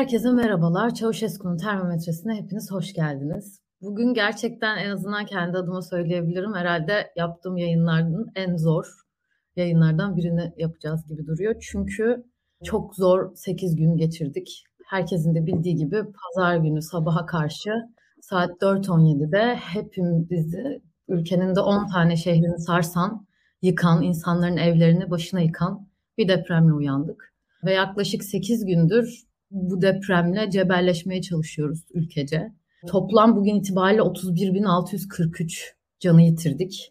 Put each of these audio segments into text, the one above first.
Herkese merhabalar. Çavuşesku'nun termometresine hepiniz hoş geldiniz. Bugün gerçekten en azından kendi adıma söyleyebilirim. Herhalde yaptığım yayınlardan en zor yayınlardan birini yapacağız gibi duruyor. Çünkü çok zor 8 gün geçirdik. Herkesin de bildiği gibi pazar günü sabaha karşı saat 4.17'de hepimizi ülkenin de 10 tane şehrini sarsan, yıkan, insanların evlerini başına yıkan bir depremle uyandık. Ve yaklaşık 8 gündür bu depremle cebelleşmeye çalışıyoruz ülkece. Toplam bugün itibariyle 31.643 canı yitirdik.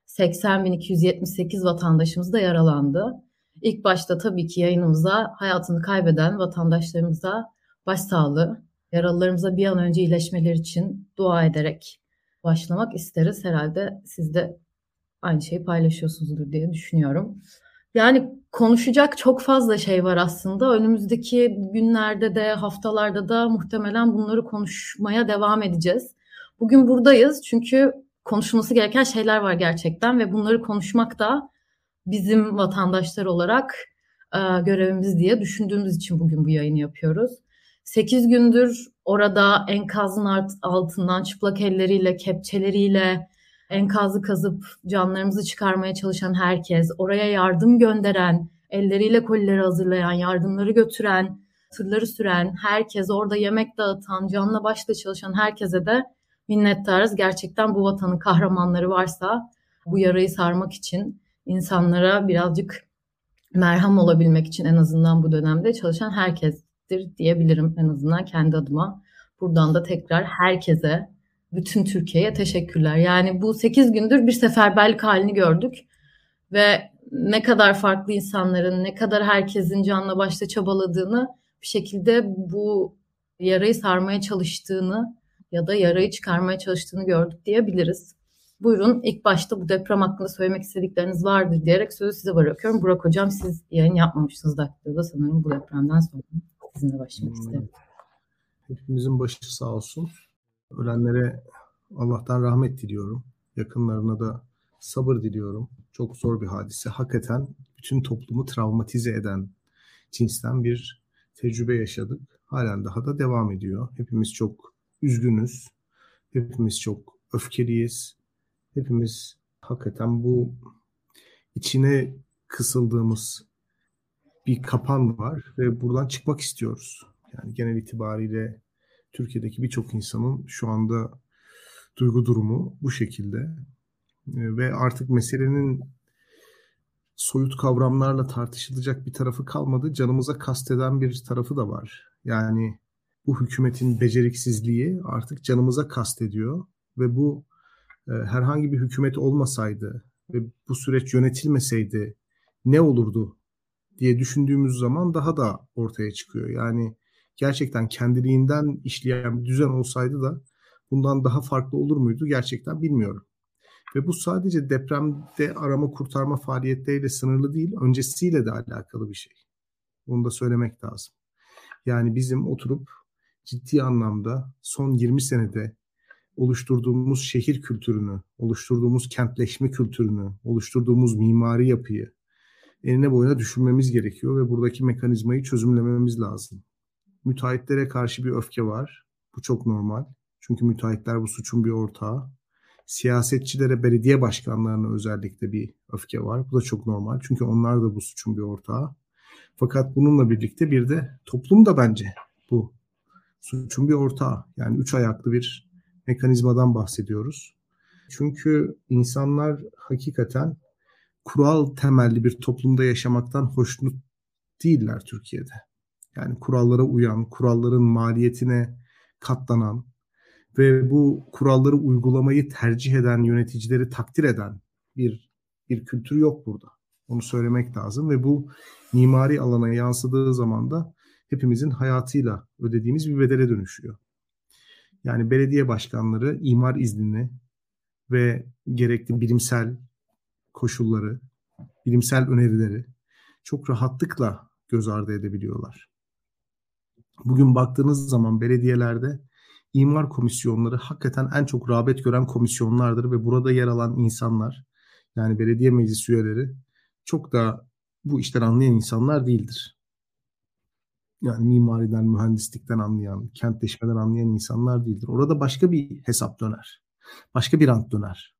80.278 vatandaşımız da yaralandı. İlk başta tabii ki yayınımıza hayatını kaybeden vatandaşlarımıza başsağlığı, yaralılarımıza bir an önce iyileşmeleri için dua ederek başlamak isteriz. Herhalde siz de aynı şeyi paylaşıyorsunuzdur diye düşünüyorum. Yani konuşacak çok fazla şey var aslında. Önümüzdeki günlerde de haftalarda da muhtemelen bunları konuşmaya devam edeceğiz. Bugün buradayız çünkü konuşulması gereken şeyler var gerçekten ve bunları konuşmak da bizim vatandaşlar olarak görevimiz diye düşündüğümüz için bugün bu yayını yapıyoruz. 8 gündür orada enkazın altından çıplak elleriyle, kepçeleriyle enkazı kazıp canlarımızı çıkarmaya çalışan herkes, oraya yardım gönderen, elleriyle kolileri hazırlayan, yardımları götüren, tırları süren herkes, orada yemek dağıtan, canla başla çalışan herkese de minnettarız. Gerçekten bu vatanın kahramanları varsa bu yarayı sarmak için, insanlara birazcık merham olabilmek için en azından bu dönemde çalışan herkestir diyebilirim en azından kendi adıma. Buradan da tekrar herkese, bütün Türkiye'ye teşekkürler. Yani bu 8 gündür bir seferberlik halini gördük ve ne kadar farklı insanların, ne kadar herkesin canla başla çabaladığını, bir şekilde bu yarayı sarmaya çalıştığını ya da yarayı çıkarmaya çalıştığını gördük diyebiliriz. Buyurun, ilk başta bu deprem hakkında söylemek istedikleriniz vardır diyerek sözü size bırakıyorum. Burak Hocam, siz yayın yapmamışsınız dakikada sanırım bu depremden sonra. Sizinle başlamak isterim. Hepimizin başı sağ olsun. Ölenlere Allah'tan rahmet diliyorum. Yakınlarına da sabır diliyorum. Çok zor bir hadise. Hakikaten bütün toplumu travmatize eden cinsten bir tecrübe yaşadık. Halen daha da devam ediyor. Hepimiz çok üzgünüz. Hepimiz çok öfkeliyiz. Hepimiz hakikaten bu içine kısıldığımız bir kapan var ve buradan çıkmak istiyoruz. Yani genel itibariyle Türkiye'deki birçok insanın şu anda duygu durumu bu şekilde. Ve artık meselenin soyut kavramlarla tartışılacak bir tarafı kalmadı. Canımıza kasteden bir tarafı da var. Yani bu hükümetin beceriksizliği artık canımıza kastediyor ve bu herhangi bir hükümet olmasaydı ve bu süreç yönetilmeseydi ne olurdu diye düşündüğümüz zaman daha da ortaya çıkıyor. Yani gerçekten kendiliğinden işleyen bir düzen olsaydı da bundan daha farklı olur muydu gerçekten bilmiyorum. Ve bu sadece depremde arama kurtarma faaliyetleriyle sınırlı değil, öncesiyle de alakalı bir şey. Onu da söylemek lazım. Yani bizim oturup ciddi anlamda son 20 senede oluşturduğumuz şehir kültürünü, oluşturduğumuz kentleşme kültürünü, oluşturduğumuz mimari yapıyı enine boyuna düşünmemiz gerekiyor ve buradaki mekanizmayı çözümlememiz lazım. Müteahhitlere karşı bir öfke var. Bu çok normal. Çünkü müteahhitler bu suçun bir ortağı. Siyasetçilere, belediye başkanlarına özellikle bir öfke var. Bu da çok normal. Çünkü onlar da bu suçun bir ortağı. Fakat bununla birlikte bir de toplum da bence bu suçun bir ortağı. Yani 3 ayaklı bir mekanizmadan bahsediyoruz. Çünkü insanlar hakikaten kural temelli bir toplumda yaşamaktan hoşnut değiller Türkiye'de. Yani kurallara uyan, kuralların maliyetine katlanan ve bu kuralları uygulamayı tercih eden, yöneticileri takdir eden bir kültür yok burada. Onu söylemek lazım ve bu mimari alana yansıdığı zaman da hepimizin hayatıyla ödediğimiz bir bedele dönüşüyor. Yani belediye başkanları imar iznini ve gerekli bilimsel koşulları, bilimsel önerileri çok rahatlıkla göz ardı edebiliyorlar. Bugün baktığınız zaman belediyelerde imar komisyonları hakikaten en çok rağbet gören komisyonlardır ve burada yer alan insanlar, yani belediye meclis üyeleri çok da bu işten anlayan insanlar değildir. Yani mimariden, mühendislikten anlayan, kentleşmeden anlayan insanlar değildir. Orada başka bir hesap döner. Başka bir rant döner.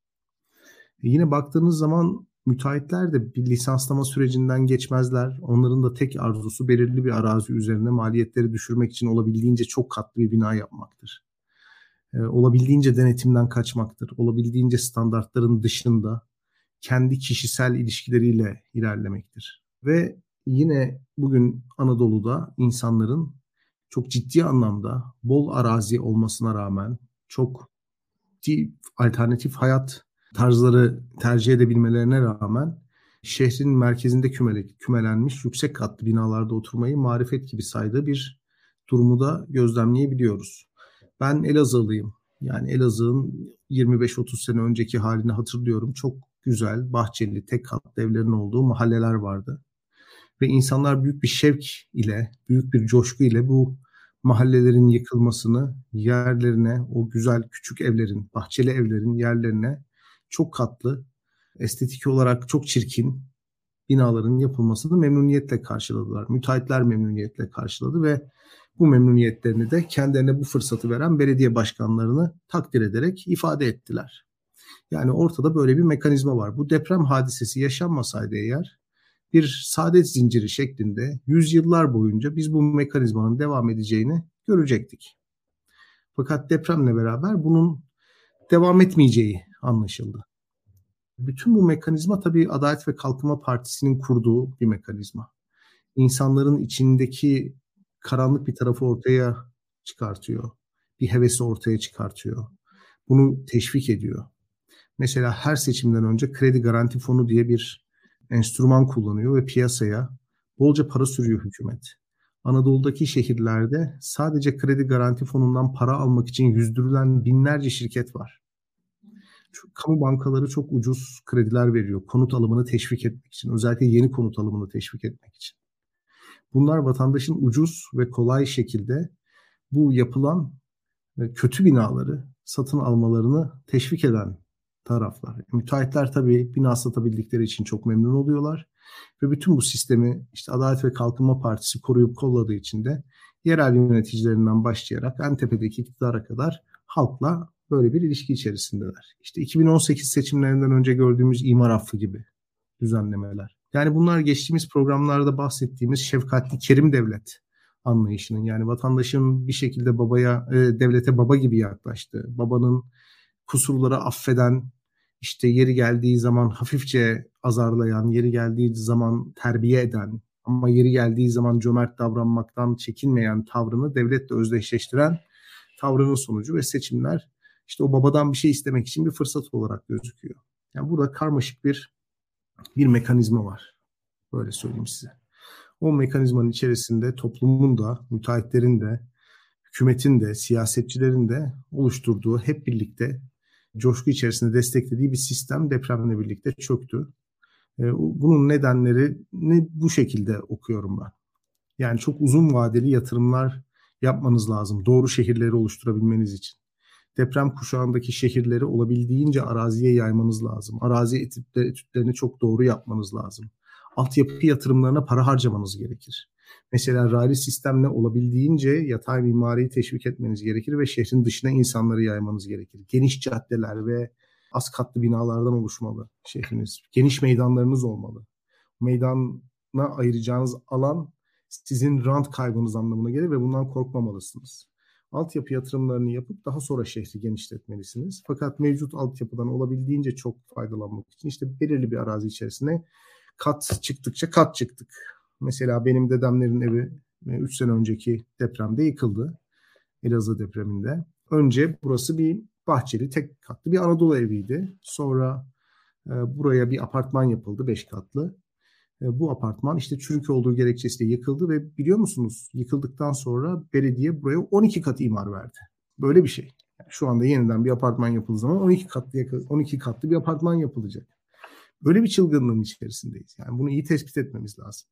Yine baktığınız zaman müteahhitler de bir lisanslama sürecinden geçmezler. Onların da tek arzusu belirli bir arazi üzerine maliyetleri düşürmek için olabildiğince çok katlı bir bina yapmaktır. Olabildiğince denetimden kaçmaktır. Olabildiğince standartların dışında kendi kişisel ilişkileriyle ilerlemektir. Ve yine bugün Anadolu'da insanların çok ciddi anlamda bol arazi olmasına rağmen çok ciddi alternatif hayat tarzları tercih edebilmelerine rağmen şehrin merkezinde kümelenmiş yüksek katlı binalarda oturmayı marifet gibi saydığı bir durumu da gözlemleyebiliyoruz. Ben Elazığlıyım. Yani Elazığ'ın 25-30 sene önceki halini hatırlıyorum. Çok güzel, bahçeli, tek katlı evlerin olduğu mahalleler vardı. Ve insanlar büyük bir şevk ile, büyük bir coşku ile bu mahallelerin yıkılmasını, yerlerine, o güzel küçük evlerin, bahçeli evlerin yerlerine çok katlı, estetik olarak çok çirkin binaların yapılmasını memnuniyetle karşıladılar. Müteahhitler memnuniyetle karşıladı ve bu memnuniyetlerini de kendilerine bu fırsatı veren belediye başkanlarını takdir ederek ifade ettiler. Yani ortada böyle bir mekanizma var. Bu deprem hadisesi yaşanmasaydı eğer bir saadet zinciri şeklinde yüzyıllar boyunca biz bu mekanizmanın devam edeceğini görecektik. Fakat depremle beraber bunun devam etmeyeceği anlaşıldı. Bütün bu mekanizma tabii Adalet ve Kalkınma Partisi'nin kurduğu bir mekanizma. İnsanların içindeki karanlık bir tarafı ortaya çıkartıyor. Bir hevesi ortaya çıkartıyor. Bunu teşvik ediyor. Mesela her seçimden önce kredi garanti fonu diye bir enstrüman kullanıyor ve piyasaya bolca para sürüyor hükümet. Anadolu'daki şehirlerde sadece kredi garanti fonundan para almak için yüzdürülen binlerce şirket var. Kamu bankaları çok ucuz krediler veriyor konut alımını teşvik etmek için. Özellikle yeni konut alımını teşvik etmek için. Bunlar vatandaşın ucuz ve kolay şekilde bu yapılan kötü binaları satın almalarını teşvik eden taraflar. Müteahhitler tabii bina satabildikleri için çok memnun oluyorlar. Ve bütün bu sistemi işte Adalet ve Kalkınma Partisi koruyup kolladığı için de yerel yöneticilerinden başlayarak en tepedeki iktidara kadar halkla böyle bir ilişki içerisindeler. İşte 2018 seçimlerinden önce gördüğümüz imar affı gibi düzenlemeler. Yani bunlar geçtiğimiz programlarda bahsettiğimiz şefkatli kerim devlet anlayışının, yani vatandaşın bir şekilde devlete baba gibi yaklaştığı, babanın kusurları affeden, işte yeri geldiği zaman hafifçe azarlayan, yeri geldiği zaman terbiye eden ama yeri geldiği zaman cömert davranmaktan çekinmeyen tavrını devletle özdeşleştiren tavrının sonucu ve seçimler işte o babadan bir şey istemek için bir fırsat olarak gözüküyor. Yani burada karmaşık bir mekanizma var. Böyle söyleyeyim size. O mekanizmanın içerisinde toplumun da, müteahhitlerin de, hükümetin de, siyasetçilerin de oluşturduğu, hep birlikte coşku içerisinde desteklediği bir sistem depremle birlikte çöktü. Bunun nedenlerini bu şekilde okuyorum ben. Yani çok uzun vadeli yatırımlar yapmanız lazım doğru şehirleri oluşturabilmeniz için. Deprem kuşağındaki şehirleri olabildiğince araziye yaymanız lazım. Arazi etütlerini çok doğru yapmanız lazım. Altyapı yatırımlarına para harcamanız gerekir. Mesela raylı sistemle olabildiğince yatay mimariyi teşvik etmeniz gerekir ve şehrin dışına insanları yaymanız gerekir. Geniş caddeler ve az katlı binalardan oluşmalı şehriniz. Geniş meydanlarınız olmalı. Meydana ayıracağınız alan sizin rant kaybınız anlamına gelir ve bundan korkmamalısınız. Altyapı yatırımlarını yapıp daha sonra şehri genişletmelisiniz. Fakat mevcut altyapıdan olabildiğince çok faydalanmak için işte belirli bir arazi içerisine kat çıktıkça kat çıktık. Mesela benim dedemlerin evi 3 sene önceki depremde yıkıldı. Elazığ depreminde. Önce burası bir bahçeli tek katlı bir Anadolu eviydi. Sonra buraya bir apartman yapıldı 5 katlı. Bu apartman işte çürük olduğu gerekçesiyle yıkıldı ve biliyor musunuz yıkıldıktan sonra belediye buraya 12 kat imar verdi. Böyle bir şey. Yani şu anda yeniden bir apartman yapıldığı zaman 12 katlı bir apartman yapılacak. Böyle bir çılgınlığın içerisindeyiz. Yani bunu iyi tespit etmemiz lazım.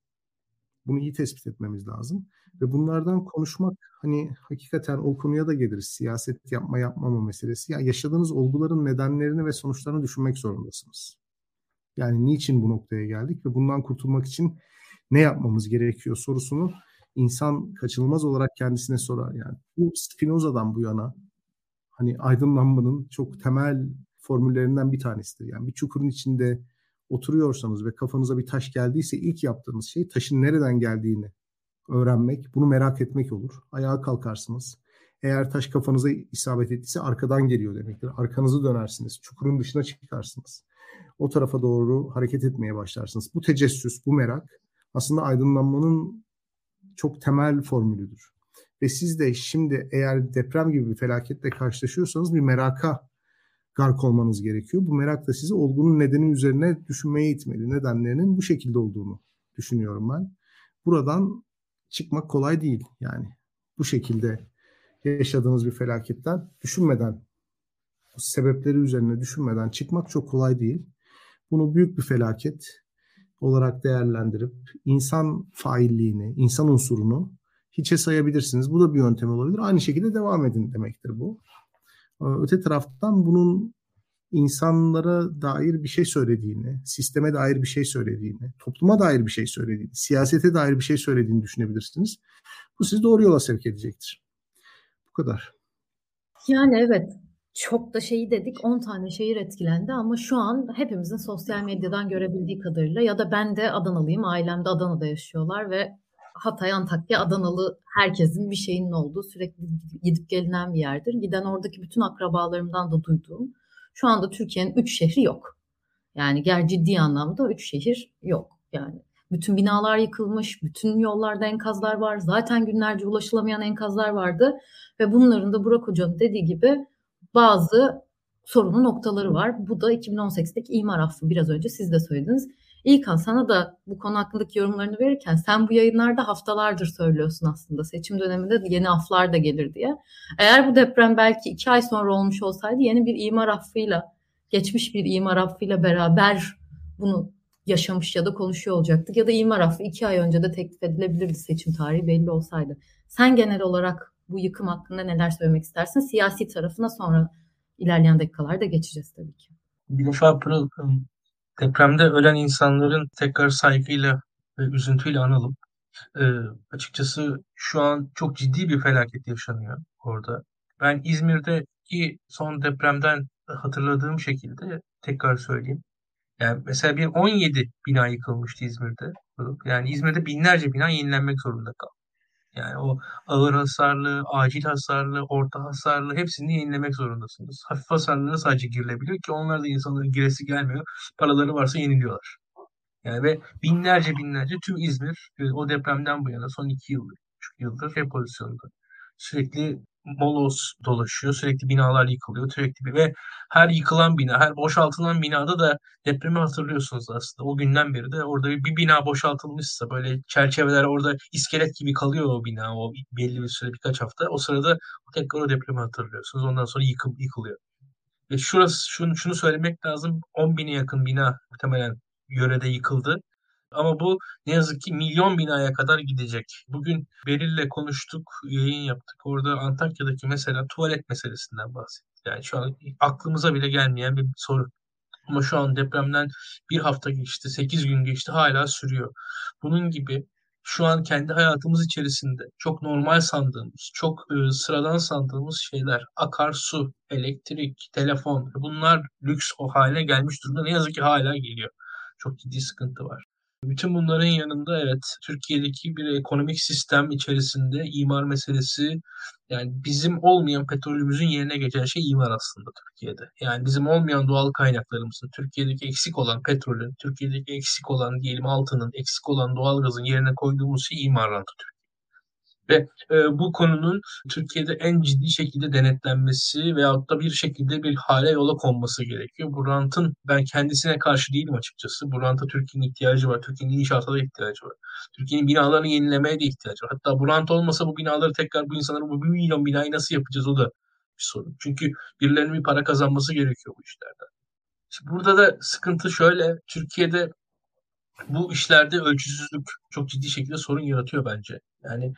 Bunu iyi tespit etmemiz lazım. Ve bunlardan konuşmak hani hakikaten o konuya da geliriz. Siyaset yapmama meselesi. Yani yaşadığınız olguların nedenlerini ve sonuçlarını düşünmek zorundasınız. Yani niçin bu noktaya geldik ve bundan kurtulmak için ne yapmamız gerekiyor sorusunu İnsan kaçınılmaz olarak kendisine sorar. Yani bu Spinoza'dan bu yana hani aydınlanmanın çok temel formüllerinden bir tanesidir. Yani bir çukurun içinde oturuyorsanız ve kafanıza bir taş geldiyse ilk yaptığınız şey taşın nereden geldiğini öğrenmek, bunu merak etmek olur. Ayağa kalkarsınız. Eğer taş kafanıza isabet ettiyse arkadan geliyor demektir. Arkanızı dönersiniz. Çukurun dışına çıkarsınız. O tarafa doğru hareket etmeye başlarsınız. Bu tecessüs, bu merak aslında aydınlanmanın çok temel formülüdür. Ve siz de şimdi eğer deprem gibi bir felaketle karşılaşıyorsanız bir meraka gark olmanız gerekiyor. Bu merak da sizi olgunun nedeni üzerine düşünmeye itmeli. Nedenlerinin bu şekilde olduğunu düşünüyorum ben. Buradan çıkmak kolay değil. Yani bu şekilde yaşadığınız bir felaketten düşünmeden, sebepleri üzerine düşünmeden çıkmak çok kolay değil. Bunu büyük bir felaket olarak değerlendirip insan failliğini, insan unsurunu hiçe sayabilirsiniz. Bu da bir yöntem olabilir. Aynı şekilde devam edin demektir bu. Öte taraftan bunun insanlara dair bir şey söylediğini, sisteme dair bir şey söylediğini, topluma dair bir şey söylediğini, siyasete dair bir şey söylediğini düşünebilirsiniz. Bu sizi doğru yola sevk edecektir. Bu kadar. Yani evet, çok da şeyi dedik, 10 tane şehir etkilendi ama şu an hepimizin sosyal medyadan görebildiği kadarıyla ya da ben de Adanalıyım, ailem de Adana'da yaşıyorlar ve Hatay, Antakya, Adanalı herkesin bir şeyinin olduğu, sürekli gidip gelinen bir yerdir. Giden oradaki bütün akrabalarımdan da duyduğum, şu anda Türkiye'nin 3 şehri yok. Yani ciddi anlamda 3 şehir yok. Yani bütün binalar yıkılmış, bütün yollarda enkazlar var. Zaten günlerce ulaşılamayan enkazlar vardı. Ve bunların da Burak Hoca'nın dediği gibi bazı sorunlu noktaları var. Bu da 2018'deki imar affı, biraz önce siz de söylediniz. İlkan, sana da bu konu hakkındaki yorumlarını verirken sen bu yayınlarda haftalardır söylüyorsun aslında. Seçim döneminde yeni aflar da gelir diye. Eğer bu deprem belki 2 ay sonra olmuş olsaydı yeni bir imar affıyla, geçmiş bir imar affıyla beraber bunu yaşamış ya da konuşuyor olacaktık. Ya da imar affı 2 ay önce de teklif edilebilirdi, seçim tarihi belli olsaydı. Sen genel olarak bu yıkım hakkında neler söylemek istersin? Siyasi tarafına sonra ilerleyen dakikalarda geçeceğiz tabii ki. Bir defa Pırıl, depremde ölen insanların tekrar saygıyla ve üzüntüyle analım. Ee, Açıkçası şu an çok ciddi bir felaket yaşanıyor orada. Ben İzmir'deki son depremden hatırladığım şekilde tekrar söyleyeyim. Yani mesela bir 17 bina yıkılmıştı İzmir'de. Yani İzmir'de binlerce bina yenilenmek zorunda kaldı. Yani o ağır hasarlı, acil hasarlı, orta hasarlı hepsini yenilemek zorundasınız. Hafif hasarlılara sadece girilebiliyor ki onlar da insanların giresi gelmiyor. Paraları varsa yeniliyorlar. Yani ve binlerce tüm İzmir o depremden bu yana son 2 yıldır, 3 yıldır şey pozisyonda. Sürekli moloz dolaşıyor, sürekli binalar yıkılıyor, ve her yıkılan bina, her boşaltılan binada da depremi hatırlıyorsunuz aslında. O günden beri de orada bir bina boşaltılmışsa böyle çerçeveler orada iskelet gibi kalıyor o bina o belli bir süre birkaç hafta. O sırada tekrar o depremi hatırlıyorsunuz. Ondan sonra yıkılıyor. Şunu söylemek lazım. 10 bine yakın bina muhtemelen yörede yıkıldı. Ama bu ne yazık ki milyon binaya kadar gidecek. Bugün Beril'le konuştuk, yayın yaptık. Orada Antakya'daki mesela tuvalet meselesinden bahsettik. Yani şu an aklımıza bile gelmeyen bir soru. Ama şu an depremden bir hafta geçti, 8 gün geçti, hala sürüyor. Bunun gibi şu an kendi hayatımız içerisinde çok normal sandığımız, çok sıradan sandığımız şeyler, akarsu, elektrik, telefon, bunlar lüks o hale gelmiş durumda. Ne yazık ki hala geliyor. Çok ciddi sıkıntı var. Bütün bunların yanında evet Türkiye'deki bir ekonomik sistem içerisinde imar meselesi, yani bizim olmayan petrolümüzün yerine geçen şey imar aslında Türkiye'de. Yani bizim olmayan doğal kaynaklarımızın, Türkiye'deki eksik olan petrolün, Türkiye'deki eksik olan diyelim altının, eksik olan doğalgazın yerine koyduğumuz şey imar rantı. Ve bu konunun Türkiye'de en ciddi şekilde denetlenmesi veyahut da bir şekilde bir hale yola konması gerekiyor. Bu rantın ben kendisine karşı değilim açıkçası. Bu ranta Türkiye'nin ihtiyacı var. Türkiye'nin inşaata da ihtiyacı var. Türkiye'nin binalarını yenilemeye de ihtiyacı var. Hatta bu rant olmasa bu binaları tekrar bu insanların bu 1 milyon binayı nasıl yapacağız, o da bir sorun. Çünkü birilerinin bir para kazanması gerekiyor bu işlerden. Şimdi burada da sıkıntı şöyle. Türkiye'de Bu işlerde ölçüsüzlük çok ciddi şekilde sorun yaratıyor bence. Yani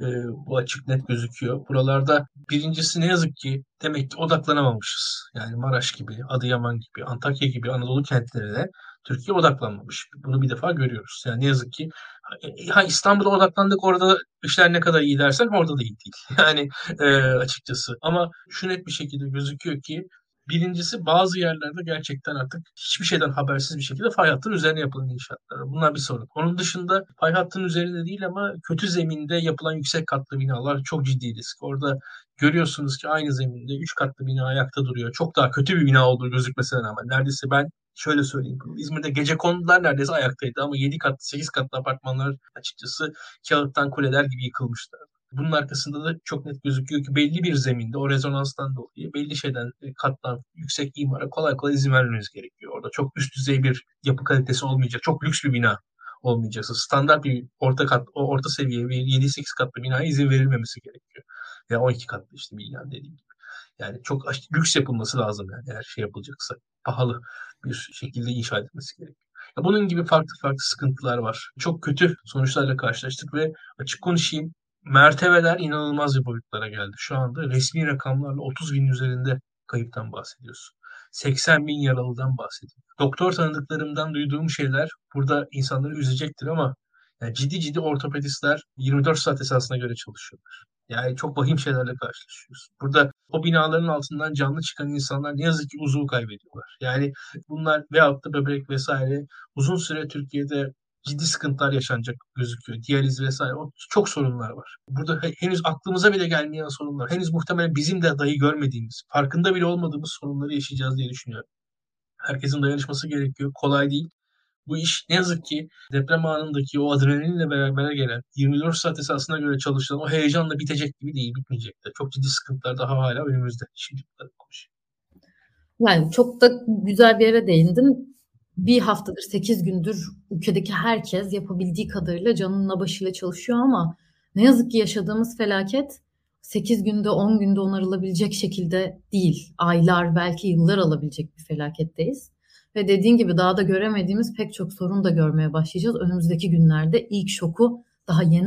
bu açık net gözüküyor. Buralarda birincisi ne yazık ki demek ki odaklanamamışız. Yani Maraş gibi, Adıyaman gibi, Antakya gibi Anadolu kentlerine Türkiye odaklanmamış. Bunu bir defa görüyoruz. Yani ne yazık ki İstanbul'a odaklandık, orada işler ne kadar iyi dersen orada da iyi değil. Yani açıkçası. Ama şu net bir şekilde gözüküyor ki birincisi bazı yerlerde gerçekten artık hiçbir şeyden habersiz bir şekilde fay hattının üzerine yapılan inşaatlar. Bunlar bir sorun. Onun dışında fay hattının üzerinde değil ama kötü zeminde yapılan yüksek katlı binalar çok ciddi risk. Orada görüyorsunuz ki aynı zeminde 3 katlı bina ayakta duruyor. Çok daha kötü bir bina olduğu gözükmesine rağmen. Neredeyse ben şöyle söyleyeyim. İzmir'de gecekondular neredeyse ayaktaydı ama 7 katlı 8 katlı apartmanlar açıkçası kağıttan kuleler gibi yıkılmışlar. Bunun arkasında da çok net gözüküyor ki belli bir zeminde o rezonanstan dolayı belli şeyden kattan yüksek imara kolay kolay izin vermeniz gerekiyor. Orada çok üst düzey bir yapı kalitesi olmayacak. Çok lüks bir bina olmayacaksa standart bir orta seviye bir 7-8 katlı binaya izin verilmemesi gerekiyor. Ya 12 katlı işte bir bina dediğim gibi. Yani çok lüks yapılması lazım yani eğer şey yapılacaksa. Pahalı bir şekilde inşa edilmesi gerekiyor. Ya bunun gibi farklı farklı sıkıntılar var. Çok kötü sonuçlarla karşılaştık ve açık konuşayım, mertebeler inanılmaz bir boyutlara geldi. Şu anda resmi rakamlarla 30 bin üzerinde kayıptan bahsediyoruz. 80 bin yaralıdan bahsediyoruz. Doktor tanıdıklarımdan duyduğum şeyler burada insanları üzecektir ama yani ciddi ciddi ortopedistler 24 saat esasına göre çalışıyorlar. Yani çok vahim şeylerle karşılaşıyoruz. Burada o binaların altından canlı çıkan insanlar ne yazık ki uzuvu kaybediyorlar. Yani bunlar veyahut da böbrek vesaire uzun süre Türkiye'de ciddi sıkıntılar yaşanacak gözüküyor. Diyaliz vesaire. Çok sorunlar var. Burada henüz aklımıza bile gelmeyen sorunlar. Henüz muhtemelen bizim de dahi görmediğimiz, farkında bile olmadığımız sorunları yaşayacağız diye düşünüyorum. Herkesin dayanışması gerekiyor. Kolay değil. Bu iş ne yazık ki deprem anındaki o adrenalinle beraber gelen 24 saat esasına göre çalışılan o heyecanla bitecek gibi değil, bitmeyecek de. Çok ciddi sıkıntılar daha hala önümüzde. Şimdi konuşayım. Yani çok da güzel bir yere değindin. Bir haftadır, 8 gündür ülkedeki herkes yapabildiği kadarıyla canının başıyla çalışıyor ama ne yazık ki yaşadığımız felaket 8 günde, 10 günde onarılabilecek şekilde değil. Aylar, belki yıllar alabilecek bir felaketteyiz. Ve dediğin gibi daha da göremediğimiz pek çok sorun da görmeye başlayacağız. Önümüzdeki günlerde ilk şoku daha yeni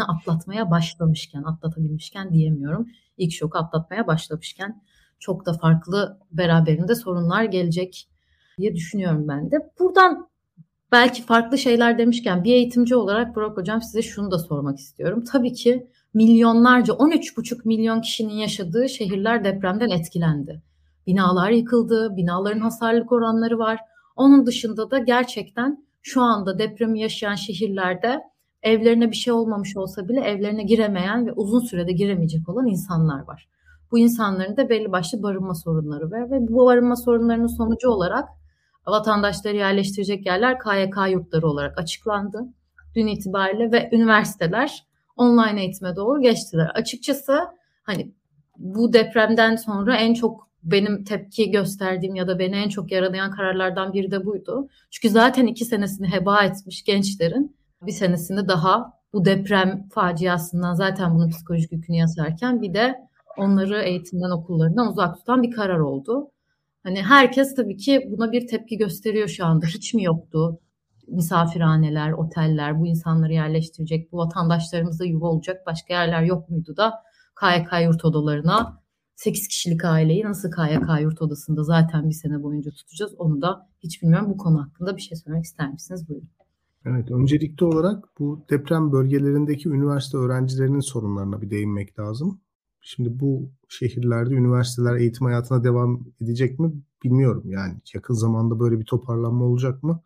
atlatabilmişken diyemiyorum. İlk şoku atlatmaya başlamışken çok da farklı beraberinde sorunlar gelecek diye düşünüyorum ben de. Buradan belki farklı şeyler demişken bir eğitimci olarak Burak Hocam size şunu da sormak istiyorum. Tabii ki milyonlarca, 13,5 milyon kişinin yaşadığı şehirler depremden etkilendi. Binalar yıkıldı, binaların hasarlık oranları var. Onun dışında da gerçekten şu anda depremi yaşayan şehirlerde evlerine bir şey olmamış olsa bile evlerine giremeyen ve uzun sürede giremeyecek olan insanlar var. Bu insanların da belli başlı barınma sorunları var ve bu barınma sorunlarının sonucu olarak vatandaşları yerleştirecek yerler KYK yurtları olarak açıklandı dün itibariyle ve üniversiteler online eğitime doğru geçtiler. Açıkçası hani bu depremden sonra en çok benim tepki gösterdiğim ya da beni en çok yaralayan kararlardan biri de buydu. Çünkü zaten 2 senesini heba etmiş gençlerin bir senesini daha bu deprem faciasından zaten bunun psikolojik yükünü yazarken bir de onları eğitimden, okullarından uzak tutan bir karar oldu. Hani herkes tabii ki buna bir tepki gösteriyor şu anda. Hiç mi yoktu misafirhaneler, oteller, bu insanları yerleştirecek, bu vatandaşlarımıza yuva olacak başka yerler yok muydu da KYK yurt odalarına 8 kişilik aileyi nasıl KYK yurt odasında zaten bir sene boyunca tutacağız onu da hiç bilmiyorum. Bu konu hakkında bir şey söylemek ister misiniz? Buyurun. Evet, öncelikli olarak bu deprem bölgelerindeki üniversite öğrencilerinin sorunlarına bir değinmek lazım. Şimdi bu şehirlerde üniversiteler eğitim hayatına devam edecek mi bilmiyorum. Yani yakın zamanda böyle bir toparlanma olacak mı?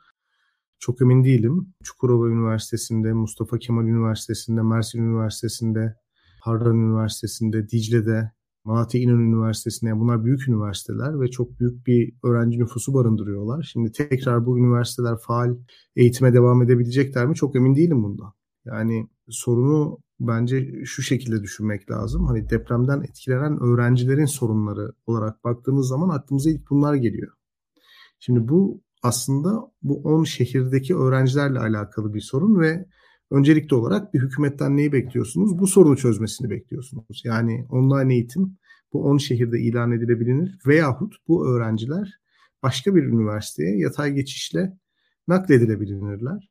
Çok emin değilim. Çukurova Üniversitesi'nde, Mustafa Kemal Üniversitesi'nde, Mersin Üniversitesi'nde, Harran Üniversitesi'nde, Dicle'de, Malatya İnönü Üniversitesi'nde, bunlar büyük üniversiteler ve çok büyük bir öğrenci nüfusu barındırıyorlar. Şimdi tekrar bu üniversiteler faal eğitime devam edebilecekler mi? Çok emin değilim bundan. Yani sorunu bence şu şekilde düşünmek lazım. Hani depremden etkilenen öğrencilerin sorunları olarak baktığımız zaman aklımıza ilk bunlar geliyor. Şimdi bu aslında bu 10 şehirdeki öğrencilerle alakalı bir sorun ve öncelikli olarak bir hükümetten neyi bekliyorsunuz? Bu sorunu çözmesini bekliyorsunuz. Yani online eğitim bu 10 şehirde ilan edilebilir veyahut bu öğrenciler başka bir üniversiteye yatay geçişle nakledilebilirler.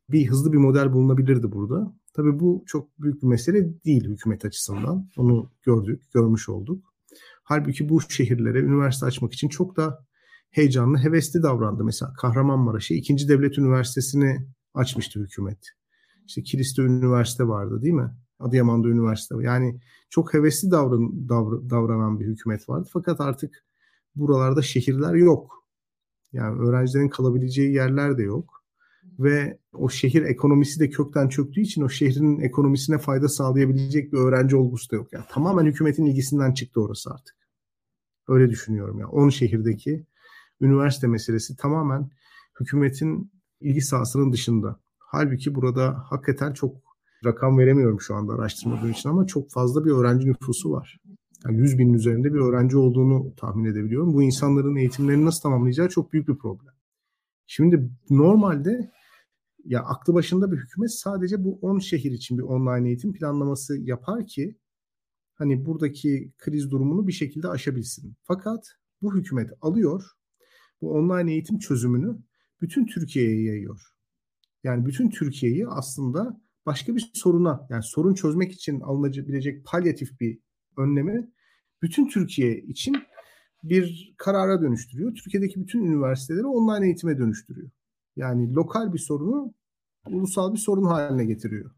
hızlı bir model bulunabilirdi burada. Tabii bu çok büyük bir mesele değil hükümet açısından. Onu görmüş olduk. Halbuki bu şehirlere üniversite açmak için çok da heyecanlı, hevesli davrandı. Mesela Kahramanmaraş'a 2. Devlet Üniversitesi'ni açmıştı hükümet. İşte Kilis'te üniversite vardı değil mi? Adıyaman'da üniversite var. Yani çok hevesli davranan bir hükümet vardı. Fakat artık buralarda şehirler yok. Yani öğrencilerin kalabileceği yerler de yok. Ve o şehir ekonomisi de kökten çöktüğü için o şehrin ekonomisine fayda sağlayabilecek bir öğrenci olgusu da yok. Yani tamamen hükümetin ilgisinden çıktı orası artık. Öyle düşünüyorum. Yani 10 şehirdeki üniversite meselesi tamamen hükümetin ilgi sahasının dışında. Halbuki burada hakikaten çok rakam veremiyorum şu anda araştırmadığım için ama çok fazla bir öğrenci nüfusu var. Yani 100 binin üzerinde bir öğrenci olduğunu tahmin edebiliyorum. Bu insanların eğitimlerini nasıl tamamlayacağı çok büyük bir problem. Şimdi normalde ya aklı başında bir hükümet sadece bu 10 şehir için bir online eğitim planlaması yapar ki hani buradaki kriz durumunu bir şekilde aşabilsin. Fakat bu hükümet alıyor bu online eğitim çözümünü bütün Türkiye'ye yayıyor. Yani bütün Türkiye'yi aslında başka bir soruna, yani sorun çözmek için alınabilecek palyatif bir önlemi bütün Türkiye için bir karara dönüştürüyor. Türkiye'deki bütün üniversiteleri online eğitime dönüştürüyor. Yani lokal bir sorunu ulusal bir sorun haline getiriyor.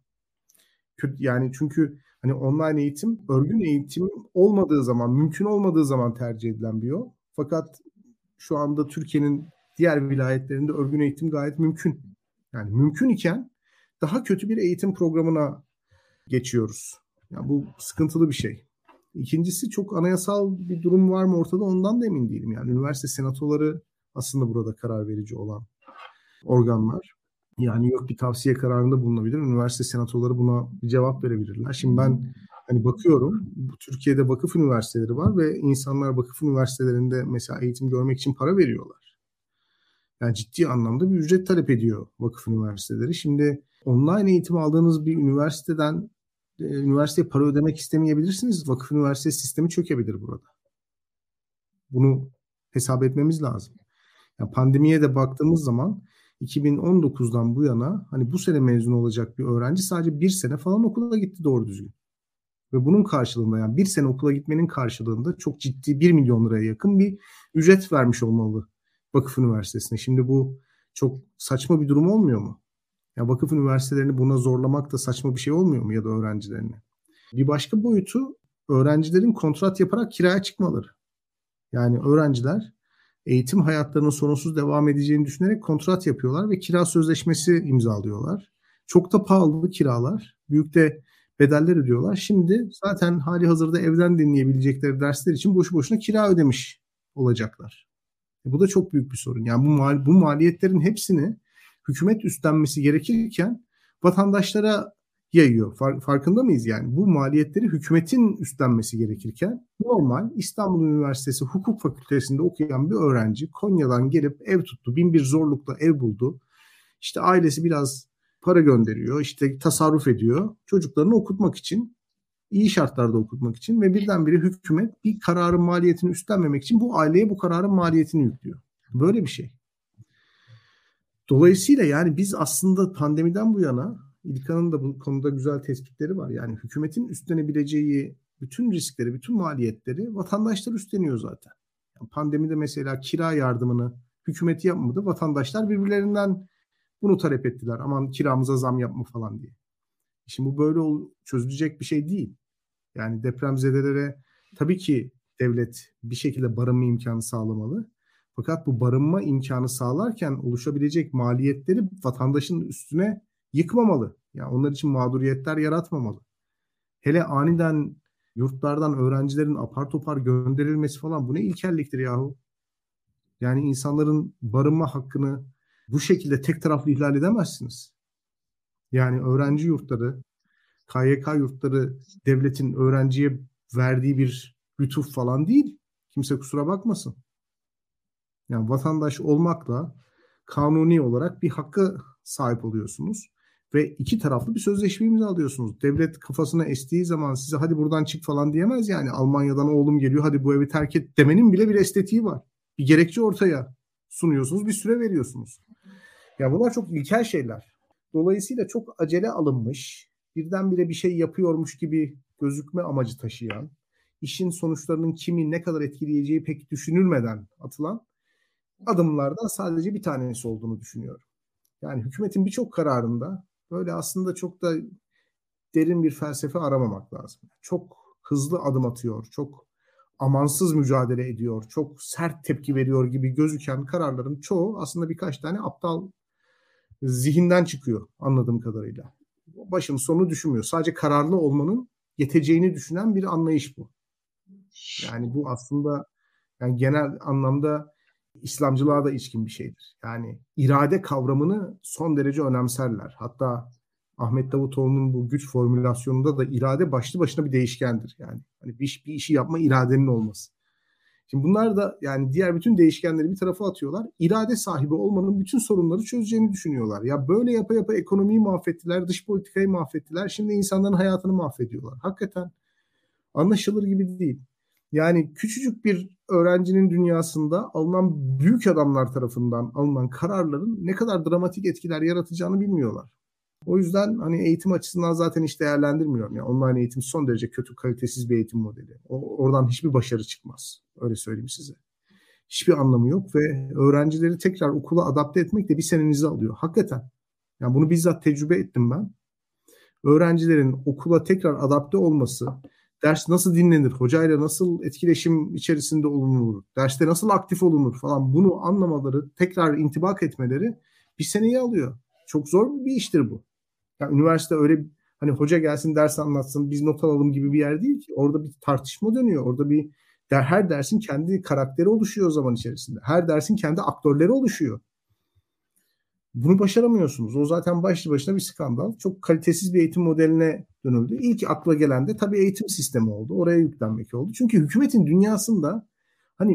Yani çünkü hani online eğitim, örgün eğitim olmadığı zaman, mümkün olmadığı zaman tercih edilen bir yol. Fakat şu anda Türkiye'nin diğer vilayetlerinde örgün eğitim gayet mümkün. Yani mümkün iken daha kötü bir eğitim programına geçiyoruz. Yani bu sıkıntılı bir şey. İkincisi çok anayasal bir durum var mı ortada ondan da emin değilim. Yani üniversite senatoları aslında burada karar verici olan organlar. Yani yok bir tavsiye kararında bulunabilir. Üniversite senatoları buna bir cevap verebilirler. Şimdi ben hani bakıyorum Türkiye'de vakıf üniversiteleri var ve insanlar vakıf üniversitelerinde mesela eğitim görmek için para veriyorlar. Yani ciddi anlamda bir ücret talep ediyor vakıf üniversiteleri. Şimdi online eğitim aldığınız bir üniversiteden üniversiteye para ödemek istemeyebilirsiniz. Vakıf üniversite sistemi çökebilir burada. Bunu hesap etmemiz lazım. Yani pandemiye de baktığımız zaman 2019'dan bu yana hani bu sene mezun olacak bir öğrenci sadece bir sene falan okula gitti doğru düzgün. Ve bunun karşılığında yani bir sene okula gitmenin karşılığında çok ciddi 1 milyon liraya yakın bir ücret vermiş olmalı vakıf üniversitesine. Şimdi bu çok saçma bir durum olmuyor mu? Ya vakıf üniversitelerini buna zorlamak da saçma bir şey olmuyor mu ya da öğrencilerini? Bir başka boyutu öğrencilerin kontrat yaparak kiraya çıkmaları. Yani öğrenciler eğitim hayatlarının sorunsuz devam edeceğini düşünerek kontrat yapıyorlar ve kira sözleşmesi imzalıyorlar. Çok da pahalı kiralar, büyük de bedeller ödüyorlar. Şimdi zaten hali hazırda evden dinleyebilecekleri dersler için boşu boşuna kira ödemiş olacaklar. Bu da çok büyük bir sorun. Yani bu maliyetlerin hepsini hükümet üstlenmesi gerekirken vatandaşlara yayıyor. Farkında mıyız yani? Bu maliyetleri hükümetin üstlenmesi gerekirken normal İstanbul Üniversitesi Hukuk Fakültesi'nde okuyan bir öğrenci Konya'dan gelip ev tuttu. Bin bir zorlukla ev buldu. İşte ailesi biraz para gönderiyor. İşte tasarruf ediyor. Çocuklarını okutmak için, iyi şartlarda okutmak için ve birdenbire hükümet bir kararın maliyetini üstlenmemek için bu aileye bu kararın maliyetini yüklüyor. Böyle bir şey. Dolayısıyla yani biz aslında pandemiden bu yana İlkan'ın da bu konuda güzel tespitleri var. Yani hükümetin üstlenebileceği bütün riskleri, bütün maliyetleri vatandaşlar üstleniyor zaten. Yani pandemide mesela kira yardımını hükümet yapmadı. Vatandaşlar birbirlerinden bunu talep ettiler. Aman kiramıza zam yapma falan diye. Şimdi bu böyle çözülecek bir şey değil. Yani depremzedelere tabii ki devlet bir şekilde barınma imkanı sağlamalı. Fakat bu barınma imkanı sağlarken oluşabilecek maliyetleri vatandaşın üstüne yıkmamalı. Yani onlar için mağduriyetler yaratmamalı. Hele aniden yurtlardan öğrencilerin apar topar gönderilmesi falan bu ne ilkelliktir yahu. Yani insanların barınma hakkını bu şekilde tek taraflı ihlal edemezsiniz. Yani öğrenci yurtları, KYK yurtları devletin öğrenciye verdiği bir lütuf falan değil. Kimse kusura bakmasın. Yani vatandaş olmakla kanuni olarak bir hakka sahip oluyorsunuz. Ve iki taraflı bir sözleşme imzalıyorsunuz. Devlet kafasına estiği zaman size hadi buradan çık falan diyemez yani. Almanya'dan oğlum geliyor hadi bu evi terk et demenin bile bir estetiği var. Bir gerekçe ortaya sunuyorsunuz, bir süre veriyorsunuz. Ya bunlar çok ilkel şeyler. Dolayısıyla çok acele alınmış, birdenbire bir şey yapıyormuş gibi gözükme amacı taşıyan, işin sonuçlarının kimi ne kadar etkileyeceği pek düşünülmeden atılan adımlardan sadece bir tanesi olduğunu düşünüyorum. Yani hükümetin birçok kararında böyle aslında çok da derin bir felsefe aramamak lazım. Çok hızlı adım atıyor, çok amansız mücadele ediyor, çok sert tepki veriyor gibi gözüken kararların çoğu aslında birkaç tane aptal zihinden çıkıyor anladığım kadarıyla. Başın sonunu düşünmüyor. Sadece kararlı olmanın yeteceğini düşünen bir anlayış bu. Yani bu aslında yani genel anlamda İslamcılığa da ilişkin bir şeydir. Yani irade kavramını son derece önemserler. Hatta Ahmet Davutoğlu'nun bu güç formülasyonunda da irade başlı başına bir değişkendir. Yani hani bir işi yapma iradenin olması. Şimdi bunlar da yani diğer bütün değişkenleri bir tarafa atıyorlar. İrade sahibi olmanın bütün sorunları çözeceğini düşünüyorlar. Ya böyle yapa yapa ekonomiyi mahvettiler, dış politikayı mahvettiler. Şimdi insanların hayatını mahvediyorlar. Hakikaten anlaşılır gibi değil. Yani küçücük bir öğrencinin dünyasında alınan büyük adamlar tarafından alınan kararların ne kadar dramatik etkiler yaratacağını bilmiyorlar. O yüzden hani eğitim açısından zaten hiç değerlendirmiyorum. Yani online eğitim son derece kötü, kalitesiz bir eğitim modeli. Oradan hiçbir başarı çıkmaz. Öyle söyleyeyim size. Hiçbir anlamı yok ve öğrencileri tekrar okula adapte etmek de bir senenizi alıyor. Hakikaten. Yani bunu bizzat tecrübe ettim ben. Öğrencilerin okula tekrar adapte olması, ders nasıl dinlenir, hocayla nasıl etkileşim içerisinde olunur, derste nasıl aktif olunur falan bunu anlamaları, tekrar intibak etmeleri bir seneyi alıyor. Çok zor bir iştir bu. Yani üniversite öyle hani hoca gelsin ders anlatsın biz not alalım gibi bir yer değil ki. Orada bir tartışma dönüyor. Orada her dersin kendi karakteri oluşuyor o zaman içerisinde. Her dersin kendi aktörleri oluşuyor. Bunu başaramıyorsunuz. O zaten başlı başına bir skandal. Çok kalitesiz bir eğitim modeline dönüldü. İlk akla gelen de tabii eğitim sistemi oldu. Oraya yüklenmek oldu. Çünkü hükümetin dünyasında hani